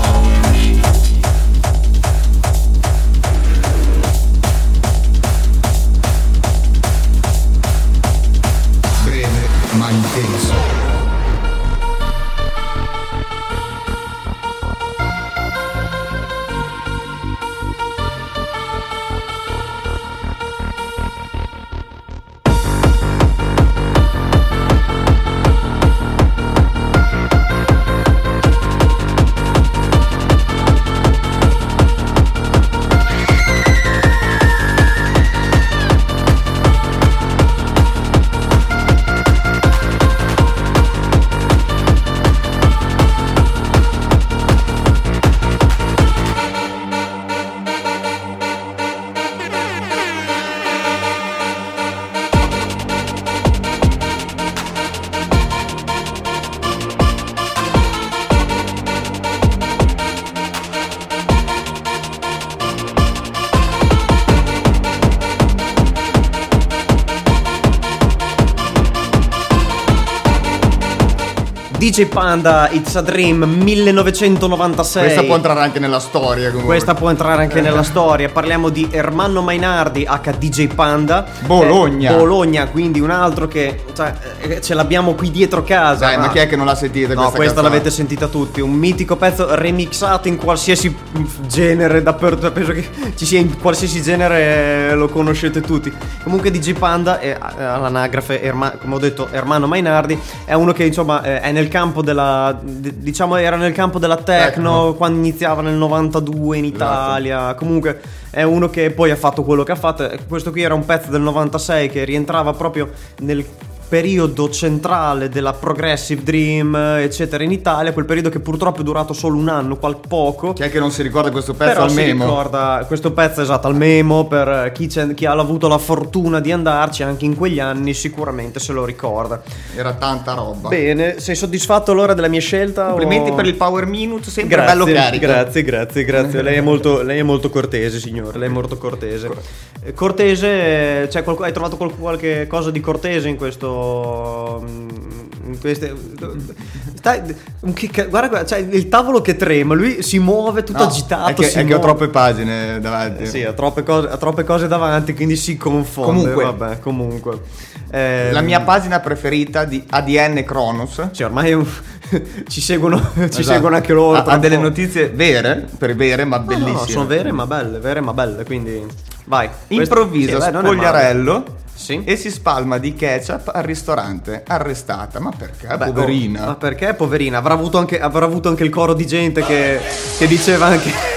Breve ma intenso. D J Panda, It's a Dream, millenovecentonovantasei. Questa può entrare anche nella storia comunque. Questa può entrare anche nella storia. Parliamo di Ermanno Mainardi H D J Panda, Bologna. Eh, Bologna, quindi un altro che cioè, eh, ce l'abbiamo qui dietro casa. Dai, ma chi è che non l'ha sentita No, questa questa canzone? l'avete sentita tutti. Un mitico pezzo remixato in qualsiasi genere dappertutto. Penso che ci sia in qualsiasi genere, eh, lo conoscete tutti. Comunque D J Panda è, eh, all'anagrafe, Erma- come ho detto, Ermanno Mainardi. È uno che insomma eh, è nel campo della d- diciamo era nel campo della techno, Techno. quando iniziava nel novantadue in Italia. Comunque è uno che poi ha fatto quello che ha fatto. Questo qui era un pezzo del novantasei che rientrava proprio nel periodo centrale della Progressive Dream, eccetera, in Italia. Quel periodo che purtroppo è durato solo un anno, qual poco. Chi è che non si ricorda questo pezzo Però al si memo? ricorda questo pezzo, esatto, al memo. Per chi, c'è- chi ha avuto la fortuna di andarci anche in quegli anni sicuramente se lo ricorda. Era tanta roba. Bene, sei soddisfatto allora della mia scelta? Complimenti o- per il Power Minute, sempre Grazie, bello carico. grazie, grazie, grazie. Lei è molto, lei è molto cortese, signore. Lei è molto cortese. Eh, Cortese, c'è qualco- hai trovato qual- qualche cosa di cortese in questo. In queste. Stai, che ca- guarda, guarda, c'è il tavolo che trema, lui si muove tutto No, agitato. È che, si è che ho muove. troppe pagine davanti. Eh, sì, ha troppe, cose, ha troppe cose davanti, quindi si confonde. Comunque. vabbè, comunque. Ehm, La mia pagina preferita di A D N Kronos. Cioè, ormai è un- ci seguono, ci Esatto. seguono anche loro. Ha, tra ha un delle po'. notizie vere, per vere, ma No, bellissime. no, sono vere ma belle, vere ma belle, quindi vai. Improvvisa Questo- sì, beh, non è male. spogliarello Sì. e si spalma di ketchup al ristorante. Arrestata. Ma perché? Beh, Poverina. oh, ma perché poverina? Avrà avuto anche, avrà avuto anche il coro di gente che, che diceva anche.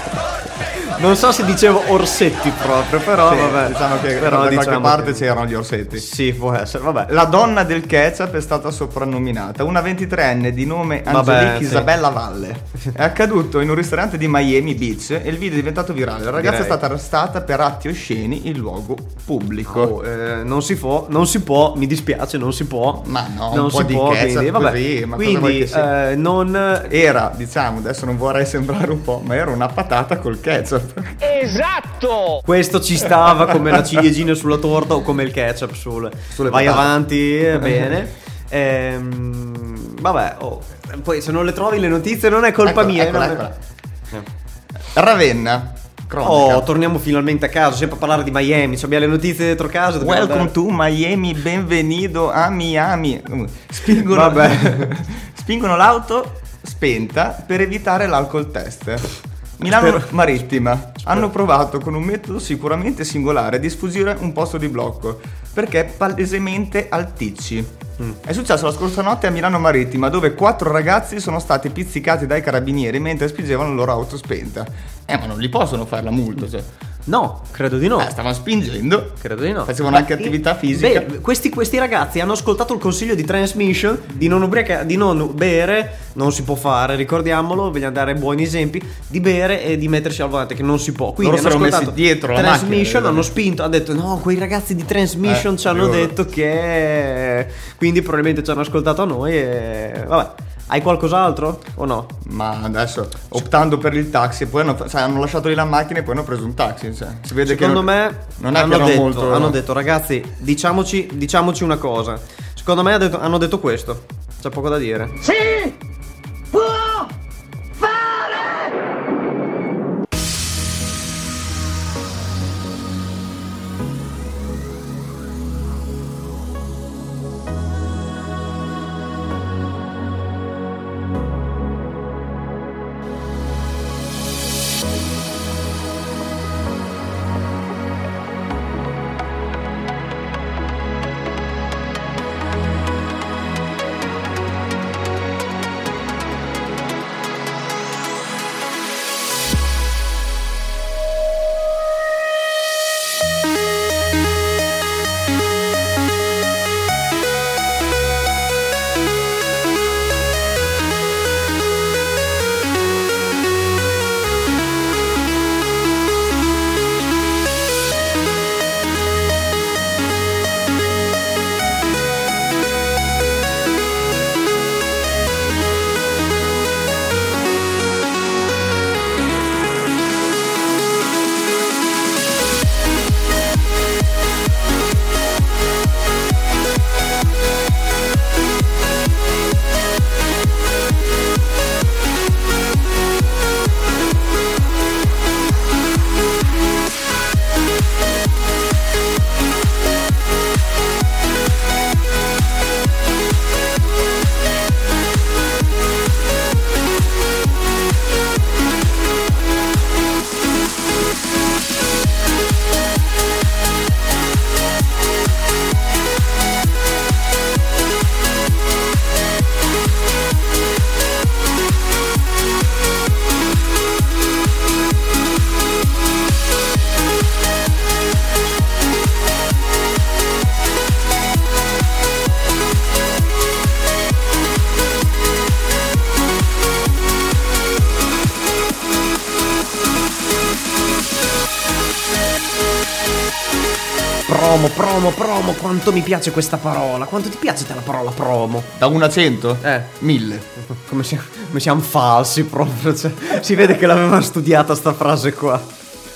Non so se dicevo orsetti proprio, però Sì, vabbè. diciamo che Però da qualche diciamo parte che- c'erano gli orsetti. Sì, può essere, vabbè. La donna del ketchup è stata soprannominata una ventitreenne di nome Vabbè, Angelique sì. Isabella Valle. È accaduto in un ristorante di Miami Beach e il video è diventato virale. La ragazza Direi. è stata arrestata per atti osceni in luogo pubblico. Oh, eh, non si può, non si può, mi dispiace, non si può. Ma no, non un po' si di può, ketchup quindi, vabbè. così, ma cosa vuoi quindi che sia? eh, non Era, diciamo, adesso non vorrei sembrare un po', ma era una patata col ketchup. Esatto! questo ci stava come la ciliegina sulla torta o come il ketchup sul. Sulle Vai patate. avanti, eh, bene. Ehm, vabbè, oh, poi se non le trovi le notizie non è colpa Eccola, mia. eccola, non- eccola. Ravenna. Cronaca. Oh, torniamo finalmente a casa, sempre a parlare di Miami, cioè abbiamo le notizie dentro casa. dobbiamo Welcome andare- to Miami, benvenido a Miami. Spingono, Vabbè. spingono l'auto spenta per evitare l'alcol test. Milano Spero- Marittima hanno provato con un metodo sicuramente singolare di sfuggire un posto di blocco perché palesemente alticci. Mm. È successo la scorsa notte a Milano Marittima, dove quattro ragazzi sono stati pizzicati dai carabinieri mentre spingevano la loro auto spenta. Eh, ma non gli possono fare la multa, cioè. No, credo di no. Eh, stavano spingendo. Credo di no. Facevano anche attività fisica. Beh, questi, questi ragazzi hanno ascoltato il consiglio di Transmission di non, ubriaca- di non bere, non si può fare, ricordiamolo, vogliamo dare buoni esempi, di bere e di mettersi al volante, che non si può. Quindi Loro hanno si erano ascoltato messi dietro la Transmission, macchina, hanno spinto, hanno detto no, quei ragazzi di Transmission Eh, ci hanno loro. detto che... Quindi probabilmente ci hanno ascoltato a noi e... Vabbè, hai qualcos'altro o no? Ma adesso optando per il taxi, poi hanno, sai, hanno lasciato lì la macchina e poi hanno preso un taxi. Cioè, si vede Secondo che non, me non è hanno, che erano detto, molto. hanno detto ragazzi, diciamoci, diciamoci una cosa. Secondo me ha detto- hanno detto questo. C'è poco da dire. Promo, promo, promo, quanto mi piace questa parola. Quanto ti piace te la parola promo? Da uno a cento? Eh. Mille. Come siamo, come siamo falsi proprio, cioè, si vede che l'avevamo studiata sta frase qua.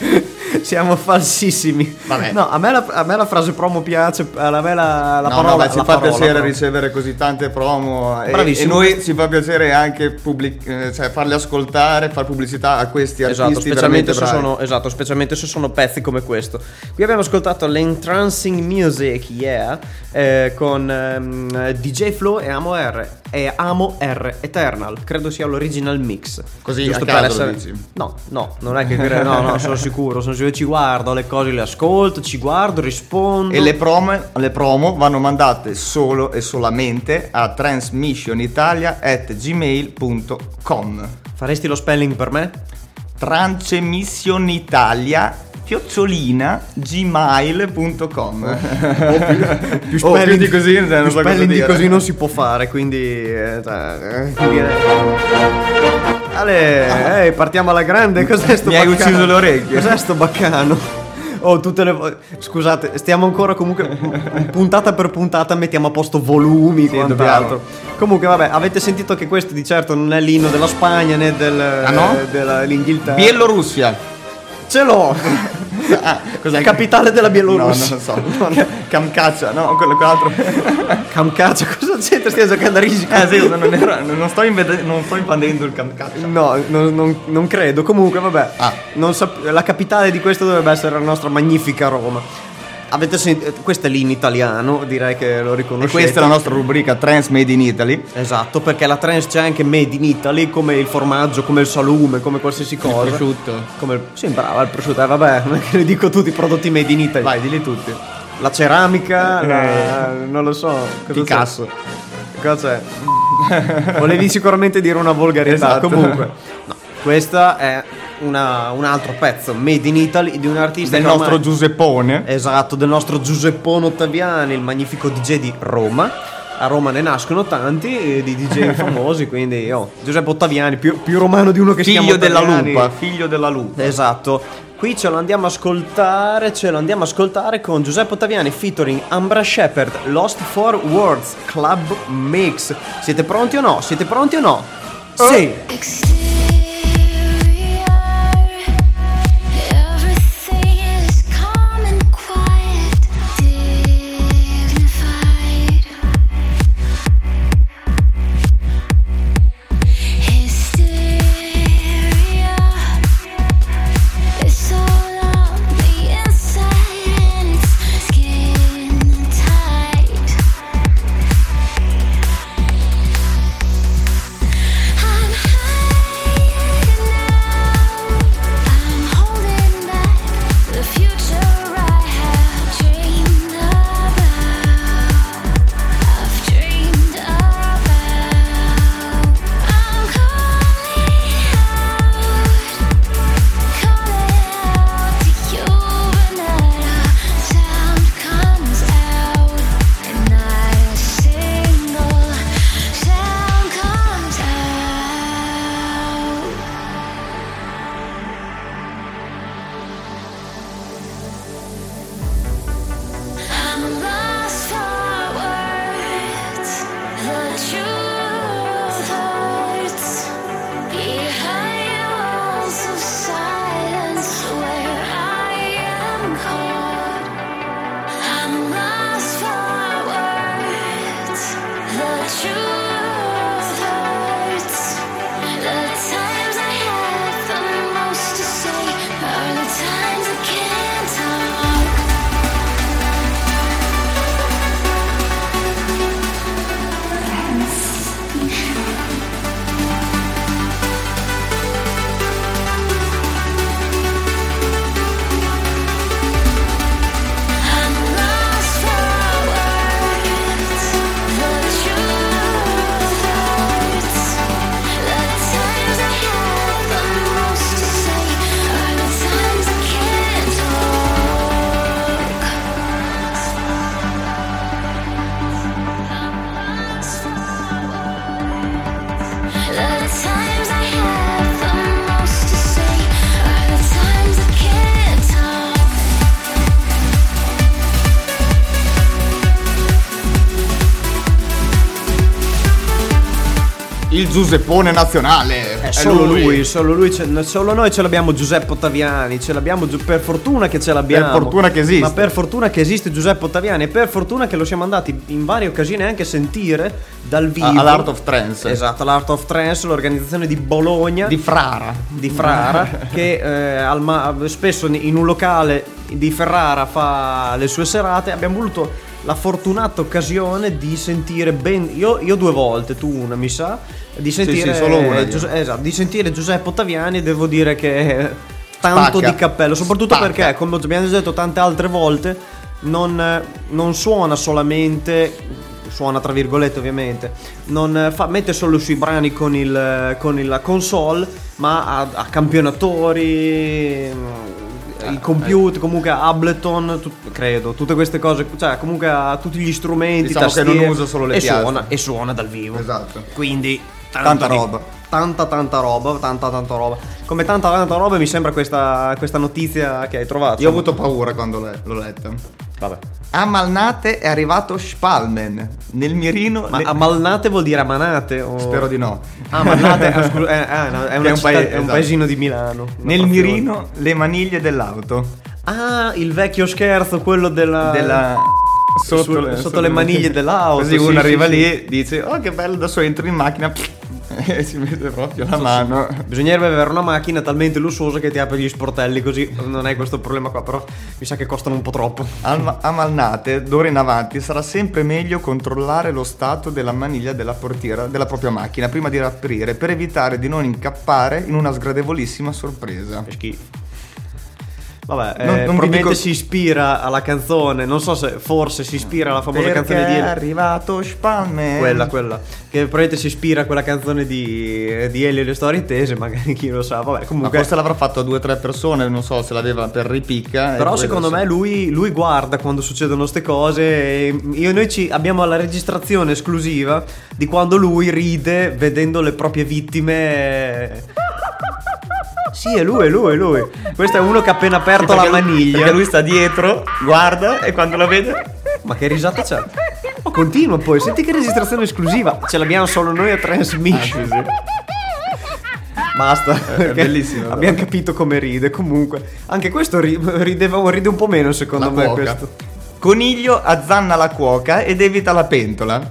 Siamo falsissimi. Vabbè. No, a me la, a me la frase promo piace, a me la, la no, parola no, beh, ci la fa parola, piacere però. ricevere così tante promo e, e Bravissimo. noi ci fa piacere anche pubblic- eh, cioè farle ascoltare, far pubblicità a questi Esatto, artisti specialmente veramente se, bravi. sono, esatto, specialmente se sono pezzi come questo. Qui abbiamo ascoltato l'Entrancing Music, yeah, eh, con ehm, D J Flow e Amo R e Amo R Eternal, credo sia l'original mix. Così Giusto a per caso lo essere... dici? No, no, non è che no, no, sono sicuro, sono sicuro, ci guardo le cose, le ascolto, ci guardo, rispondo. E le promo, le promo vanno mandate solo e solamente a transmissionitalia at gmail punto com. Faresti lo spelling per me? Transmissionitalia chiocciolina gmail punto com. Più Oh, più di così, non più so cosa spelling di dire. così non si può fare, quindi eh, cioè, eh, viene- Ale, eh, partiamo alla grande. Cos'è sto Mi hai baccano? ucciso le orecchie. Cos'è sto baccano? Oh, tutte le vo- scusate, stiamo ancora comunque puntata per puntata mettiamo a posto volumi e Sì, quant'altro. Comunque vabbè, avete sentito che questo di certo non è l'inno della Spagna né del, Ah, no? dell'Inghilterra. Bielorussia. Ce l'ho. Ah, cos'è? Capitale della Bielorussia. No, non lo so. Kamchatka, no, quello quell'altro. Kamchatka, cosa c'entra? Stiamo giocando a risico. Eh sì, non, era, non, sto invede- non sto invadendo il Kamchatka. No, non, non- non credo. Comunque, vabbè. Ah. Non sap- la capitale di questo dovrebbe essere la nostra magnifica Roma. Avete sentito? Questo è l'in italiano, direi che lo E riconoscete. questa è la nostra rubrica Trends Made in Italy. Esatto, perché la trance c'è anche made in Italy, come il formaggio, come il salume, come qualsiasi cosa. prosciutto. Come il... Sì, brava, il prosciutto. Eh, vabbè, non è che ne dico tutti i prodotti made in Italy. Vai, dilli tutti. La ceramica, la... non lo so. Cosa Picasso. c'è? Cosa c'è? Volevi sicuramente dire una volgarità. Esatto. Comunque, no, questa è una- un altro pezzo made in Italy di un artista Del che ormai- nostro Giuseppone. Esatto, del nostro Giuseppone Ottaviani, il magnifico D J di Roma. A Roma ne nascono tanti eh, di D J famosi, quindi oh, Giuseppe Ottaviani, più, più romano di uno che si chiama Figlio della Ottaviani. lupa, figlio della lupa. Esatto. Qui ce lo andiamo a ascoltare, ce lo andiamo a ascoltare con Giuseppe Ottaviani featuring Ambra Shepherd, Lost for Words, Club Mix. Siete pronti o no? Siete pronti o no? Sì. Everything is calm and quiet, dignified. Hysteria is all on the inside and it's skin tight. I'm hiding now. I'm holding back the future I have dreamed about. I've dreamed about. I'm calling out, calling out to you, but not a sound comes out, and not a single sound comes out. I'm lost for words. The truth hurts behind walls of silence where I am caught. I'm lost for words. The truth hurts. The times I have the most to say are the times I can't talk. I'm lost for words. The truth hurts. The times I have the most to say are the times I can't talk. I'm lost for words. The times I have the most to say are the times I can't talk. Il Giuseppone nazionale. È solo lui, solo lui, ce- solo noi ce l'abbiamo Giuseppe Ottaviani, ce l'abbiamo Giu- per fortuna che ce l'abbiamo. Per fortuna che esiste. Ma per fortuna che esiste Giuseppe Ottaviani e per fortuna che lo siamo andati in varie occasioni anche a sentire dal vivo. A- all'Art of Trance. Esatto, all'Art of Trance, l'organizzazione di Bologna. Di Frara. di Frara che eh, al ma- spesso in un locale di Ferrara fa le sue serate. Abbiamo voluto la fortunata occasione di sentire ben io, io due volte, tu una mi sa, di sentire sì, solo una io. Giuse- esatto, di sentire Giuseppe Ottaviani. Devo dire che tanto Spacca. di cappello, soprattutto Spacca. perché, come abbiamo già detto tante altre volte, non, non suona solamente, suona tra virgolette ovviamente, non fa, mette solo sui brani con, il, con il- la console, ma ha, ha campionatori, il computer, comunque ha Ableton, tut- credo, tutte queste cose, cioè comunque ha tutti gli strumenti, Diciamo che tastiere, non usa solo le e piazze. suona, e suona dal vivo. Esatto. Quindi tanto Tanta di- roba. Tanta tanta roba, tanta tanta roba. Come tanta tanta roba mi sembra questa, questa notizia che hai trovato. Io ho avuto paura quando le- l'ho letta. Vabbè. A Malnate è arrivato Spalmen. Nel mirino. Ma le- a Malnate vuol dire a Manate? O... Spero di no. Ah, Malnate è, scu- è, è una- è una Che è un città- paese- è un esatto. paesino di Milano. Una Nel frazione. mirino le maniglie dell'auto. Ah, il vecchio scherzo, quello della... Della. Sotto le- sotto le maniglie dell'auto, Così sì, uno sì, arriva sì. lì, dice: oh, che bello, adesso entro in macchina. E si mette proprio la mano. Bisognerebbe avere una macchina talmente lussuosa che ti apre gli sportelli, così non hai questo problema qua, però mi sa che costano un po' troppo. A a Malnate, d'ora in avanti, sarà sempre meglio controllare lo stato della maniglia della portiera della propria macchina prima di aprire, per evitare di non incappare in una sgradevolissima sorpresa. Che schifo. Vabbè, Non- eh, non vi probabilmente dico- si ispira alla canzone, non so se forse si ispira alla famosa Perché canzone di è Elio. arrivato Spalmen. Quella, quella. Che probabilmente si ispira a quella canzone di, di Elio e le storie tese, magari chi lo sa. Vabbè, Ma comunque. forse l'avrà fatto a due o tre persone, non so se l'aveva per ripicca. e Però poi secondo adesso- me lui, lui guarda quando succedono ste cose e io e noi ci abbiamo la registrazione esclusiva di quando lui ride vedendo le proprie vittime. Sì, è lui, è lui, è lui. Questo è uno che ha appena aperto Perché la lui- maniglia. Perché lui sta dietro, guarda e quando lo vede. Ma che risata c'è? Ma continua poi, senti che registrazione esclusiva. Ce l'abbiamo solo noi a Transmission. Basta, perché bellissimo, però. abbiamo capito come ride. Comunque, anche questo ri- rideva, ride un po' meno secondo La me cuoca. questo. Coniglio azzanna la cuoca ed evita la pentola.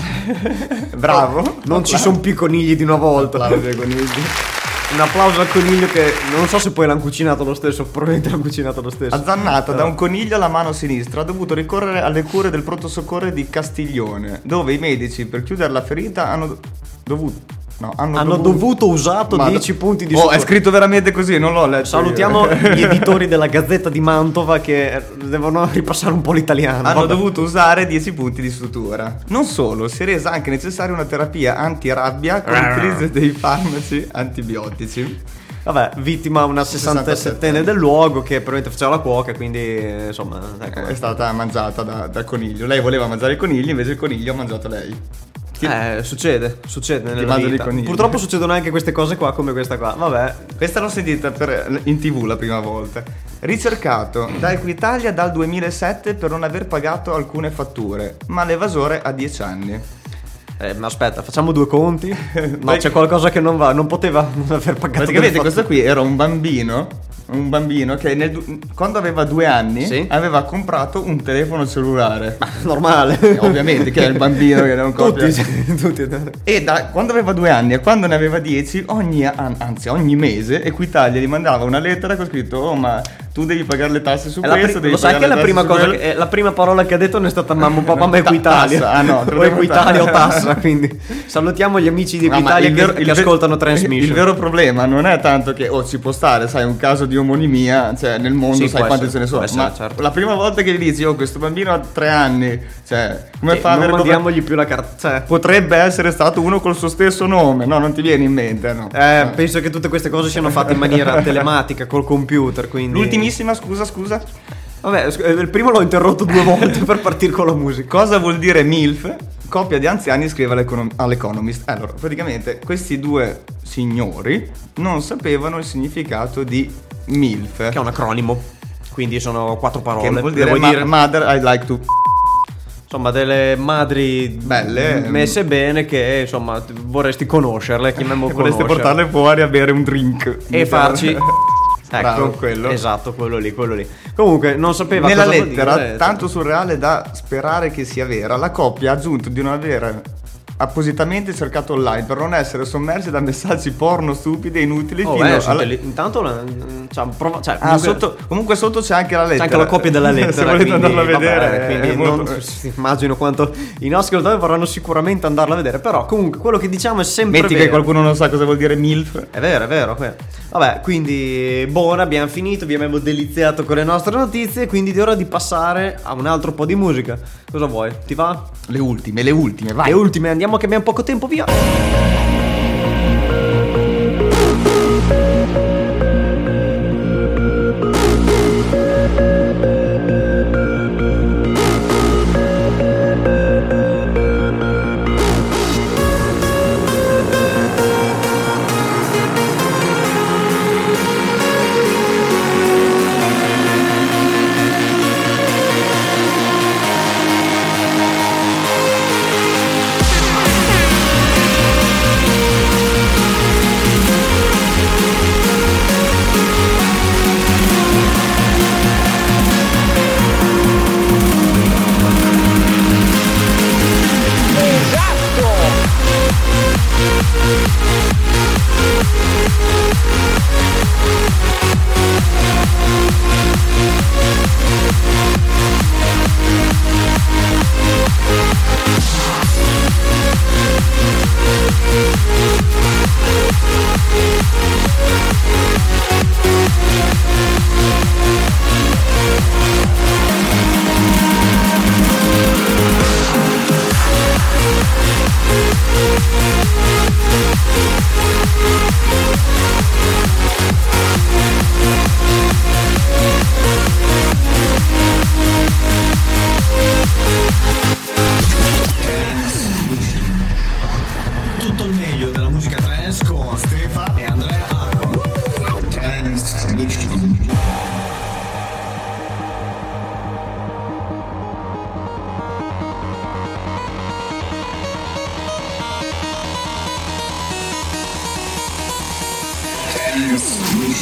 Bravo. Non ci sono più conigli di una volta. Applausi ai conigli. Un applauso al coniglio che non so se poi l'hanno cucinato lo stesso, probabilmente l'hanno cucinato lo stesso. Azzannata da un coniglio alla mano sinistra, ha dovuto ricorrere alle cure del pronto soccorso di Castiglione, dove i medici per chiudere la ferita hanno do- dovuto no, hanno, Hanno dovuto usato Ma- dieci punti di Oh, soccorso. è scritto veramente così, non l'ho letto. Salutiamo io. gli editori della Gazzetta di Mantova che devono ripassare un po' l'italiano. Hanno Vabbè. dovuto usare dieci punti di sutura. Non solo, si è resa anche necessaria una terapia antirabbia con l'utilizzo dei farmaci antibiotici. Vabbè, vittima una sessantasettenne del luogo che probabilmente faceva la cuoca, quindi eh, insomma, ecco. È stata mangiata da- dal coniglio. Lei voleva mangiare il coniglio, invece il coniglio ha mangiato lei. Eh, succede, succede nella mangiano i vita. conigli. Purtroppo succedono anche queste cose qua come questa qua. Vabbè. Questa l'ho sentita per- in tv la prima volta. Ricercato da Equitalia dal duemilasette per non aver pagato alcune fatture, ma l'evasore ha dieci anni. Eh, ma aspetta, facciamo due conti. No, Beh, c'è qualcosa che non va, non poteva non aver pagato. Praticamente delle questo qui era un bambino, un bambino che nel du- quando aveva due anni Sì. aveva comprato un telefono cellulare. fatture. Normale. Eh, ovviamente che è il bambino che non copia. Tutti, tutti. E da quando aveva due anni a quando ne aveva dieci, ogni an- anzi ogni mese Equitalia gli mandava una lettera con scritto: oh, ma tu devi pagare le tasse su È la pri- questo, devi lo sai che pagare è la le prima tasse su cosa quello. che, è la prima parola che ha detto non è stata mamma, papà, ma Ta- Equitalia. tassa, ah, no, te lo o devo Equitalia o fare. tassa, quindi salutiamo gli amici di No, ma Equitalia il che, vero- che il ve- ascoltano Transmission. Il vero problema non è tanto che oh, ci può stare, sai, un caso di omonimia, cioè nel mondo Sì, sai può quante essere, ce ne può sono. essere, Ma certo. la prima volta che gli dici oh, questo bambino ha tre anni, cioè, come Sì, fa a non avere mandiamogli più la carta. Cioè, Potrebbe essere stato uno col suo stesso nome, no? Non ti viene in mente, no? eh, penso che tutte queste cose siano fatte in maniera telematica col computer, quindi L'ultimissima, scusa, scusa. Vabbè, sc- eh, il primo l'ho interrotto due volte per partire con la musica. Cosa vuol dire MILF? Coppia di anziani scrive all'Econom- all'Economist. Allora, praticamente questi due signori non sapevano il significato di MILF. Che è un acronimo. Quindi sono quattro parole. Che vuol Le dire, vuoi ma- dire? mother I like to. Insomma, delle madri Belle. messe bene che insomma t- vorresti conoscerle, chiamiamo Vorreste conoscerle. portarle fuori a bere un drink. E farci Ecco, Bravo, quello. Esatto, quello lì, quello lì. Comunque, non sapeva Nella cosa vuol lettera, dire, tanto surreale da sperare che sia vera, la coppia ha aggiunto di non aver appositamente cercato online per non essere sommersi da messaggi porno stupidi e inutili Oh, fino eh, alla- intelli- intanto la- cioè, prova- cioè, Ah, comunque- sotto, comunque sotto c'è anche la c'è lettera. anche la copia della lettera. Se volete quindi, andarla a vabbè, vedere, quindi è non- molto- immagino quanto i nostri ascoltatori vorranno sicuramente andarla a vedere. Però, comunque, quello che diciamo è sempre Metti vero. che qualcuno non sa cosa vuol dire MILF. È vero, è vero. que- Vabbè, quindi buona, abbiamo finito, vi abbiamo deliziato con le nostre notizie, quindi è ora di passare a un altro po' di musica. Cosa vuoi? Ti va? Le ultime, le ultime, vai. Le ultime, andiamo che abbiamo poco tempo, via.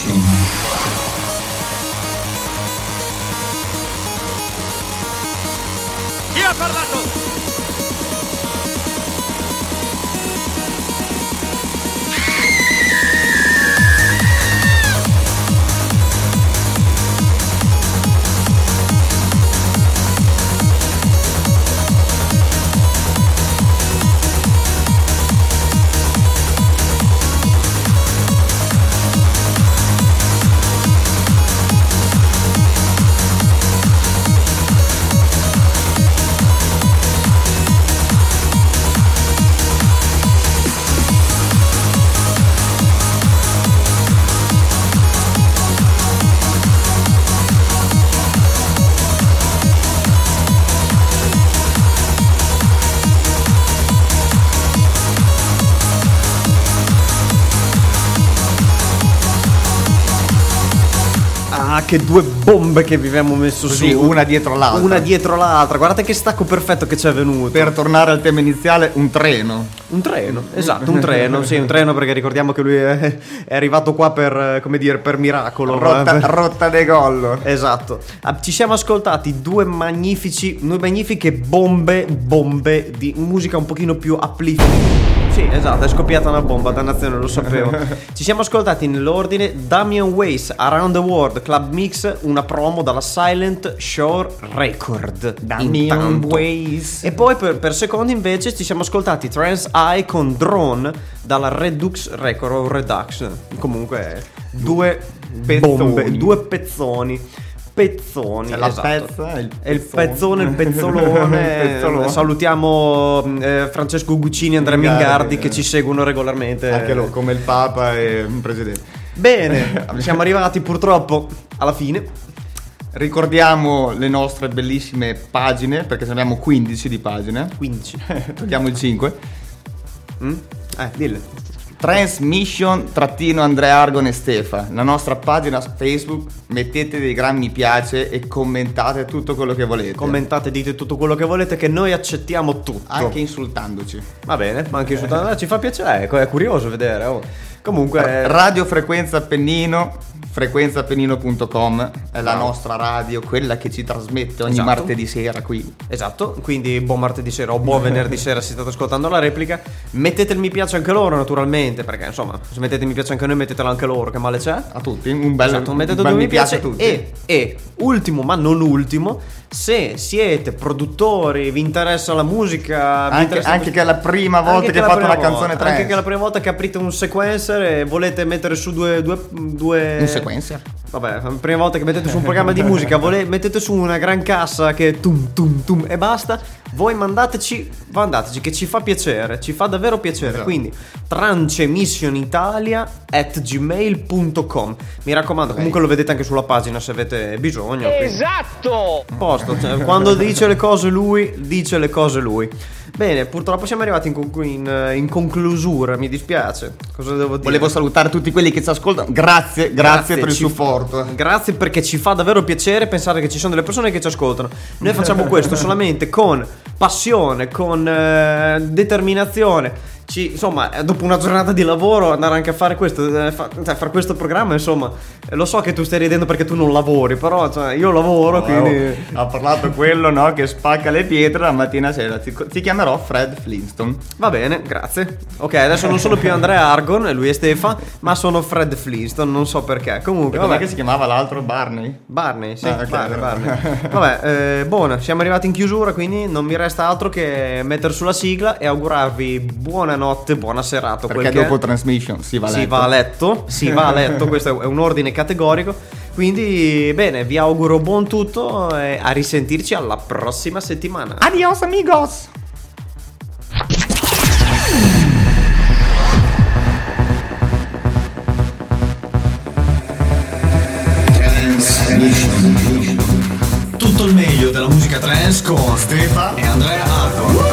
Mission. Chi ha parlato? Ah, che due bombe che vi abbiamo messo Così, su. una dietro l'altra. Una dietro l'altra. Guardate che stacco perfetto che ci è venuto. Per tornare al tema iniziale, un treno. Un treno, esatto, un treno. Sì, un treno, perché ricordiamo che lui è, è arrivato qua per, eh, come dire, per miracolo. Rotta, eh, per- rotta de gollo. Esatto. Ah, ci siamo ascoltati due magnifici, due magnifiche bombe, bombe di musica un pochino più uplifting. Sì, esatto, è scoppiata una bomba, dannazione, lo sapevo. Ci siamo ascoltati nell'ordine Damian Weiss, Around the World Club Mix, una promo dalla Silent Shore Record. Damian Intanto. Weiss. E poi per, per secondo invece ci siamo ascoltati Trans Eye con Drone dalla Redux Record o Redux. Comunque due Pezzoni. bombe, due pezzoni. Pezzoni, C'è la esatto. pezza e il E il pezzone. pezzone, il pezzolone. Il pezzolone. Salutiamo eh, Francesco Guccini e Andrea Mingardi, Mingardi eh. che ci seguono regolarmente. Anche loro, come il Papa e un presidente. Bene, siamo arrivati purtroppo alla fine. Ricordiamo le nostre bellissime pagine, perché ne abbiamo quindici di pagine. quindici. Togliamo il cinque. Mm? Eh, dille. Transmission trattino Andrea Argon e Stefa, la nostra pagina Facebook, mettete dei gran mi piace e commentate tutto quello che volete. Commentate, dite tutto quello che volete, che noi accettiamo tutto. Anche insultandoci. Va bene, ma anche insultando, ci fa piacere, ecco, è curioso vedere. Oh. Comunque, eh, Radio Frequenza Appennino, frequenza appennino punto com è la Bravo. nostra radio, quella che ci trasmette ogni Esatto. martedì sera qui. esatto, quindi buon martedì sera o buon venerdì sera se state ascoltando la replica. Mettete il mi piace anche loro, naturalmente, perché insomma, se mettete il mi piace anche noi, mettetelo anche loro, che male c'è? A tutti, un bel, Esatto, mettete un bel due mi piace a tutti. E, e ultimo ma non ultimo, se siete produttori, vi interessa la musica, vi Anche, interessa anche che è la prima volta anche che la fate prima una canzone volta, trance. anche che è la prima volta che aprite un sequencer e volete mettere su due due, due... Un sequencer. Vabbè, la prima volta che mettete su un programma di musica, vole- mettete su una gran cassa che tum tum tum e basta. Voi mandateci, mandateci che ci fa piacere, ci fa davvero piacere. Esatto. Quindi trancemissionitalia at gmail punto com. Mi raccomando, comunque lo vedete anche sulla pagina se avete bisogno. quindi- Esatto! Posto, cioè, quando dice le cose lui, dice le cose lui. Bene, purtroppo siamo arrivati in, conclu- in, in conclusura, mi dispiace. Cosa devo dire? Volevo salutare tutti quelli che ci ascoltano. Grazie, grazie, per il ci- supporto. Grazie, perché ci fa davvero piacere pensare che ci sono delle persone che ci ascoltano. Noi facciamo questo solamente con passione, con eh, determinazione. Ci, insomma, eh, dopo una giornata di lavoro andare anche a fare questo, eh, fa- cioè, fare questo programma, insomma, eh, lo so che tu stai ridendo perché tu non lavori, però cioè, io lavoro, quindi Ha parlato quello, no? Che spacca le pietre la mattina sera. Ti, ti chiamerò Fred Flintstone. va bene, grazie. Ok, adesso non sono più Andrea Argon e lui è Stefan, ma sono Fred Flintstone, non so perché. Comunque, Com'è vabbè. che si chiamava l'altro? Barney? Barney, sì, Ah, ok, Barney, allora. Barney. Vabbè, eh, buona, siamo arrivati in chiusura, quindi non mi resta altro che mettere sulla sigla e augurarvi buonanotte, buona serata. Perché quel che dopo è. Transmission si va a letto. si va a letto, si va a letto, questo è un ordine categorico. Quindi, bene, vi auguro buon tutto e a risentirci alla prossima settimana. Adios amigos! Tutto il meglio della musica trance con Stefa e Andrea Argon.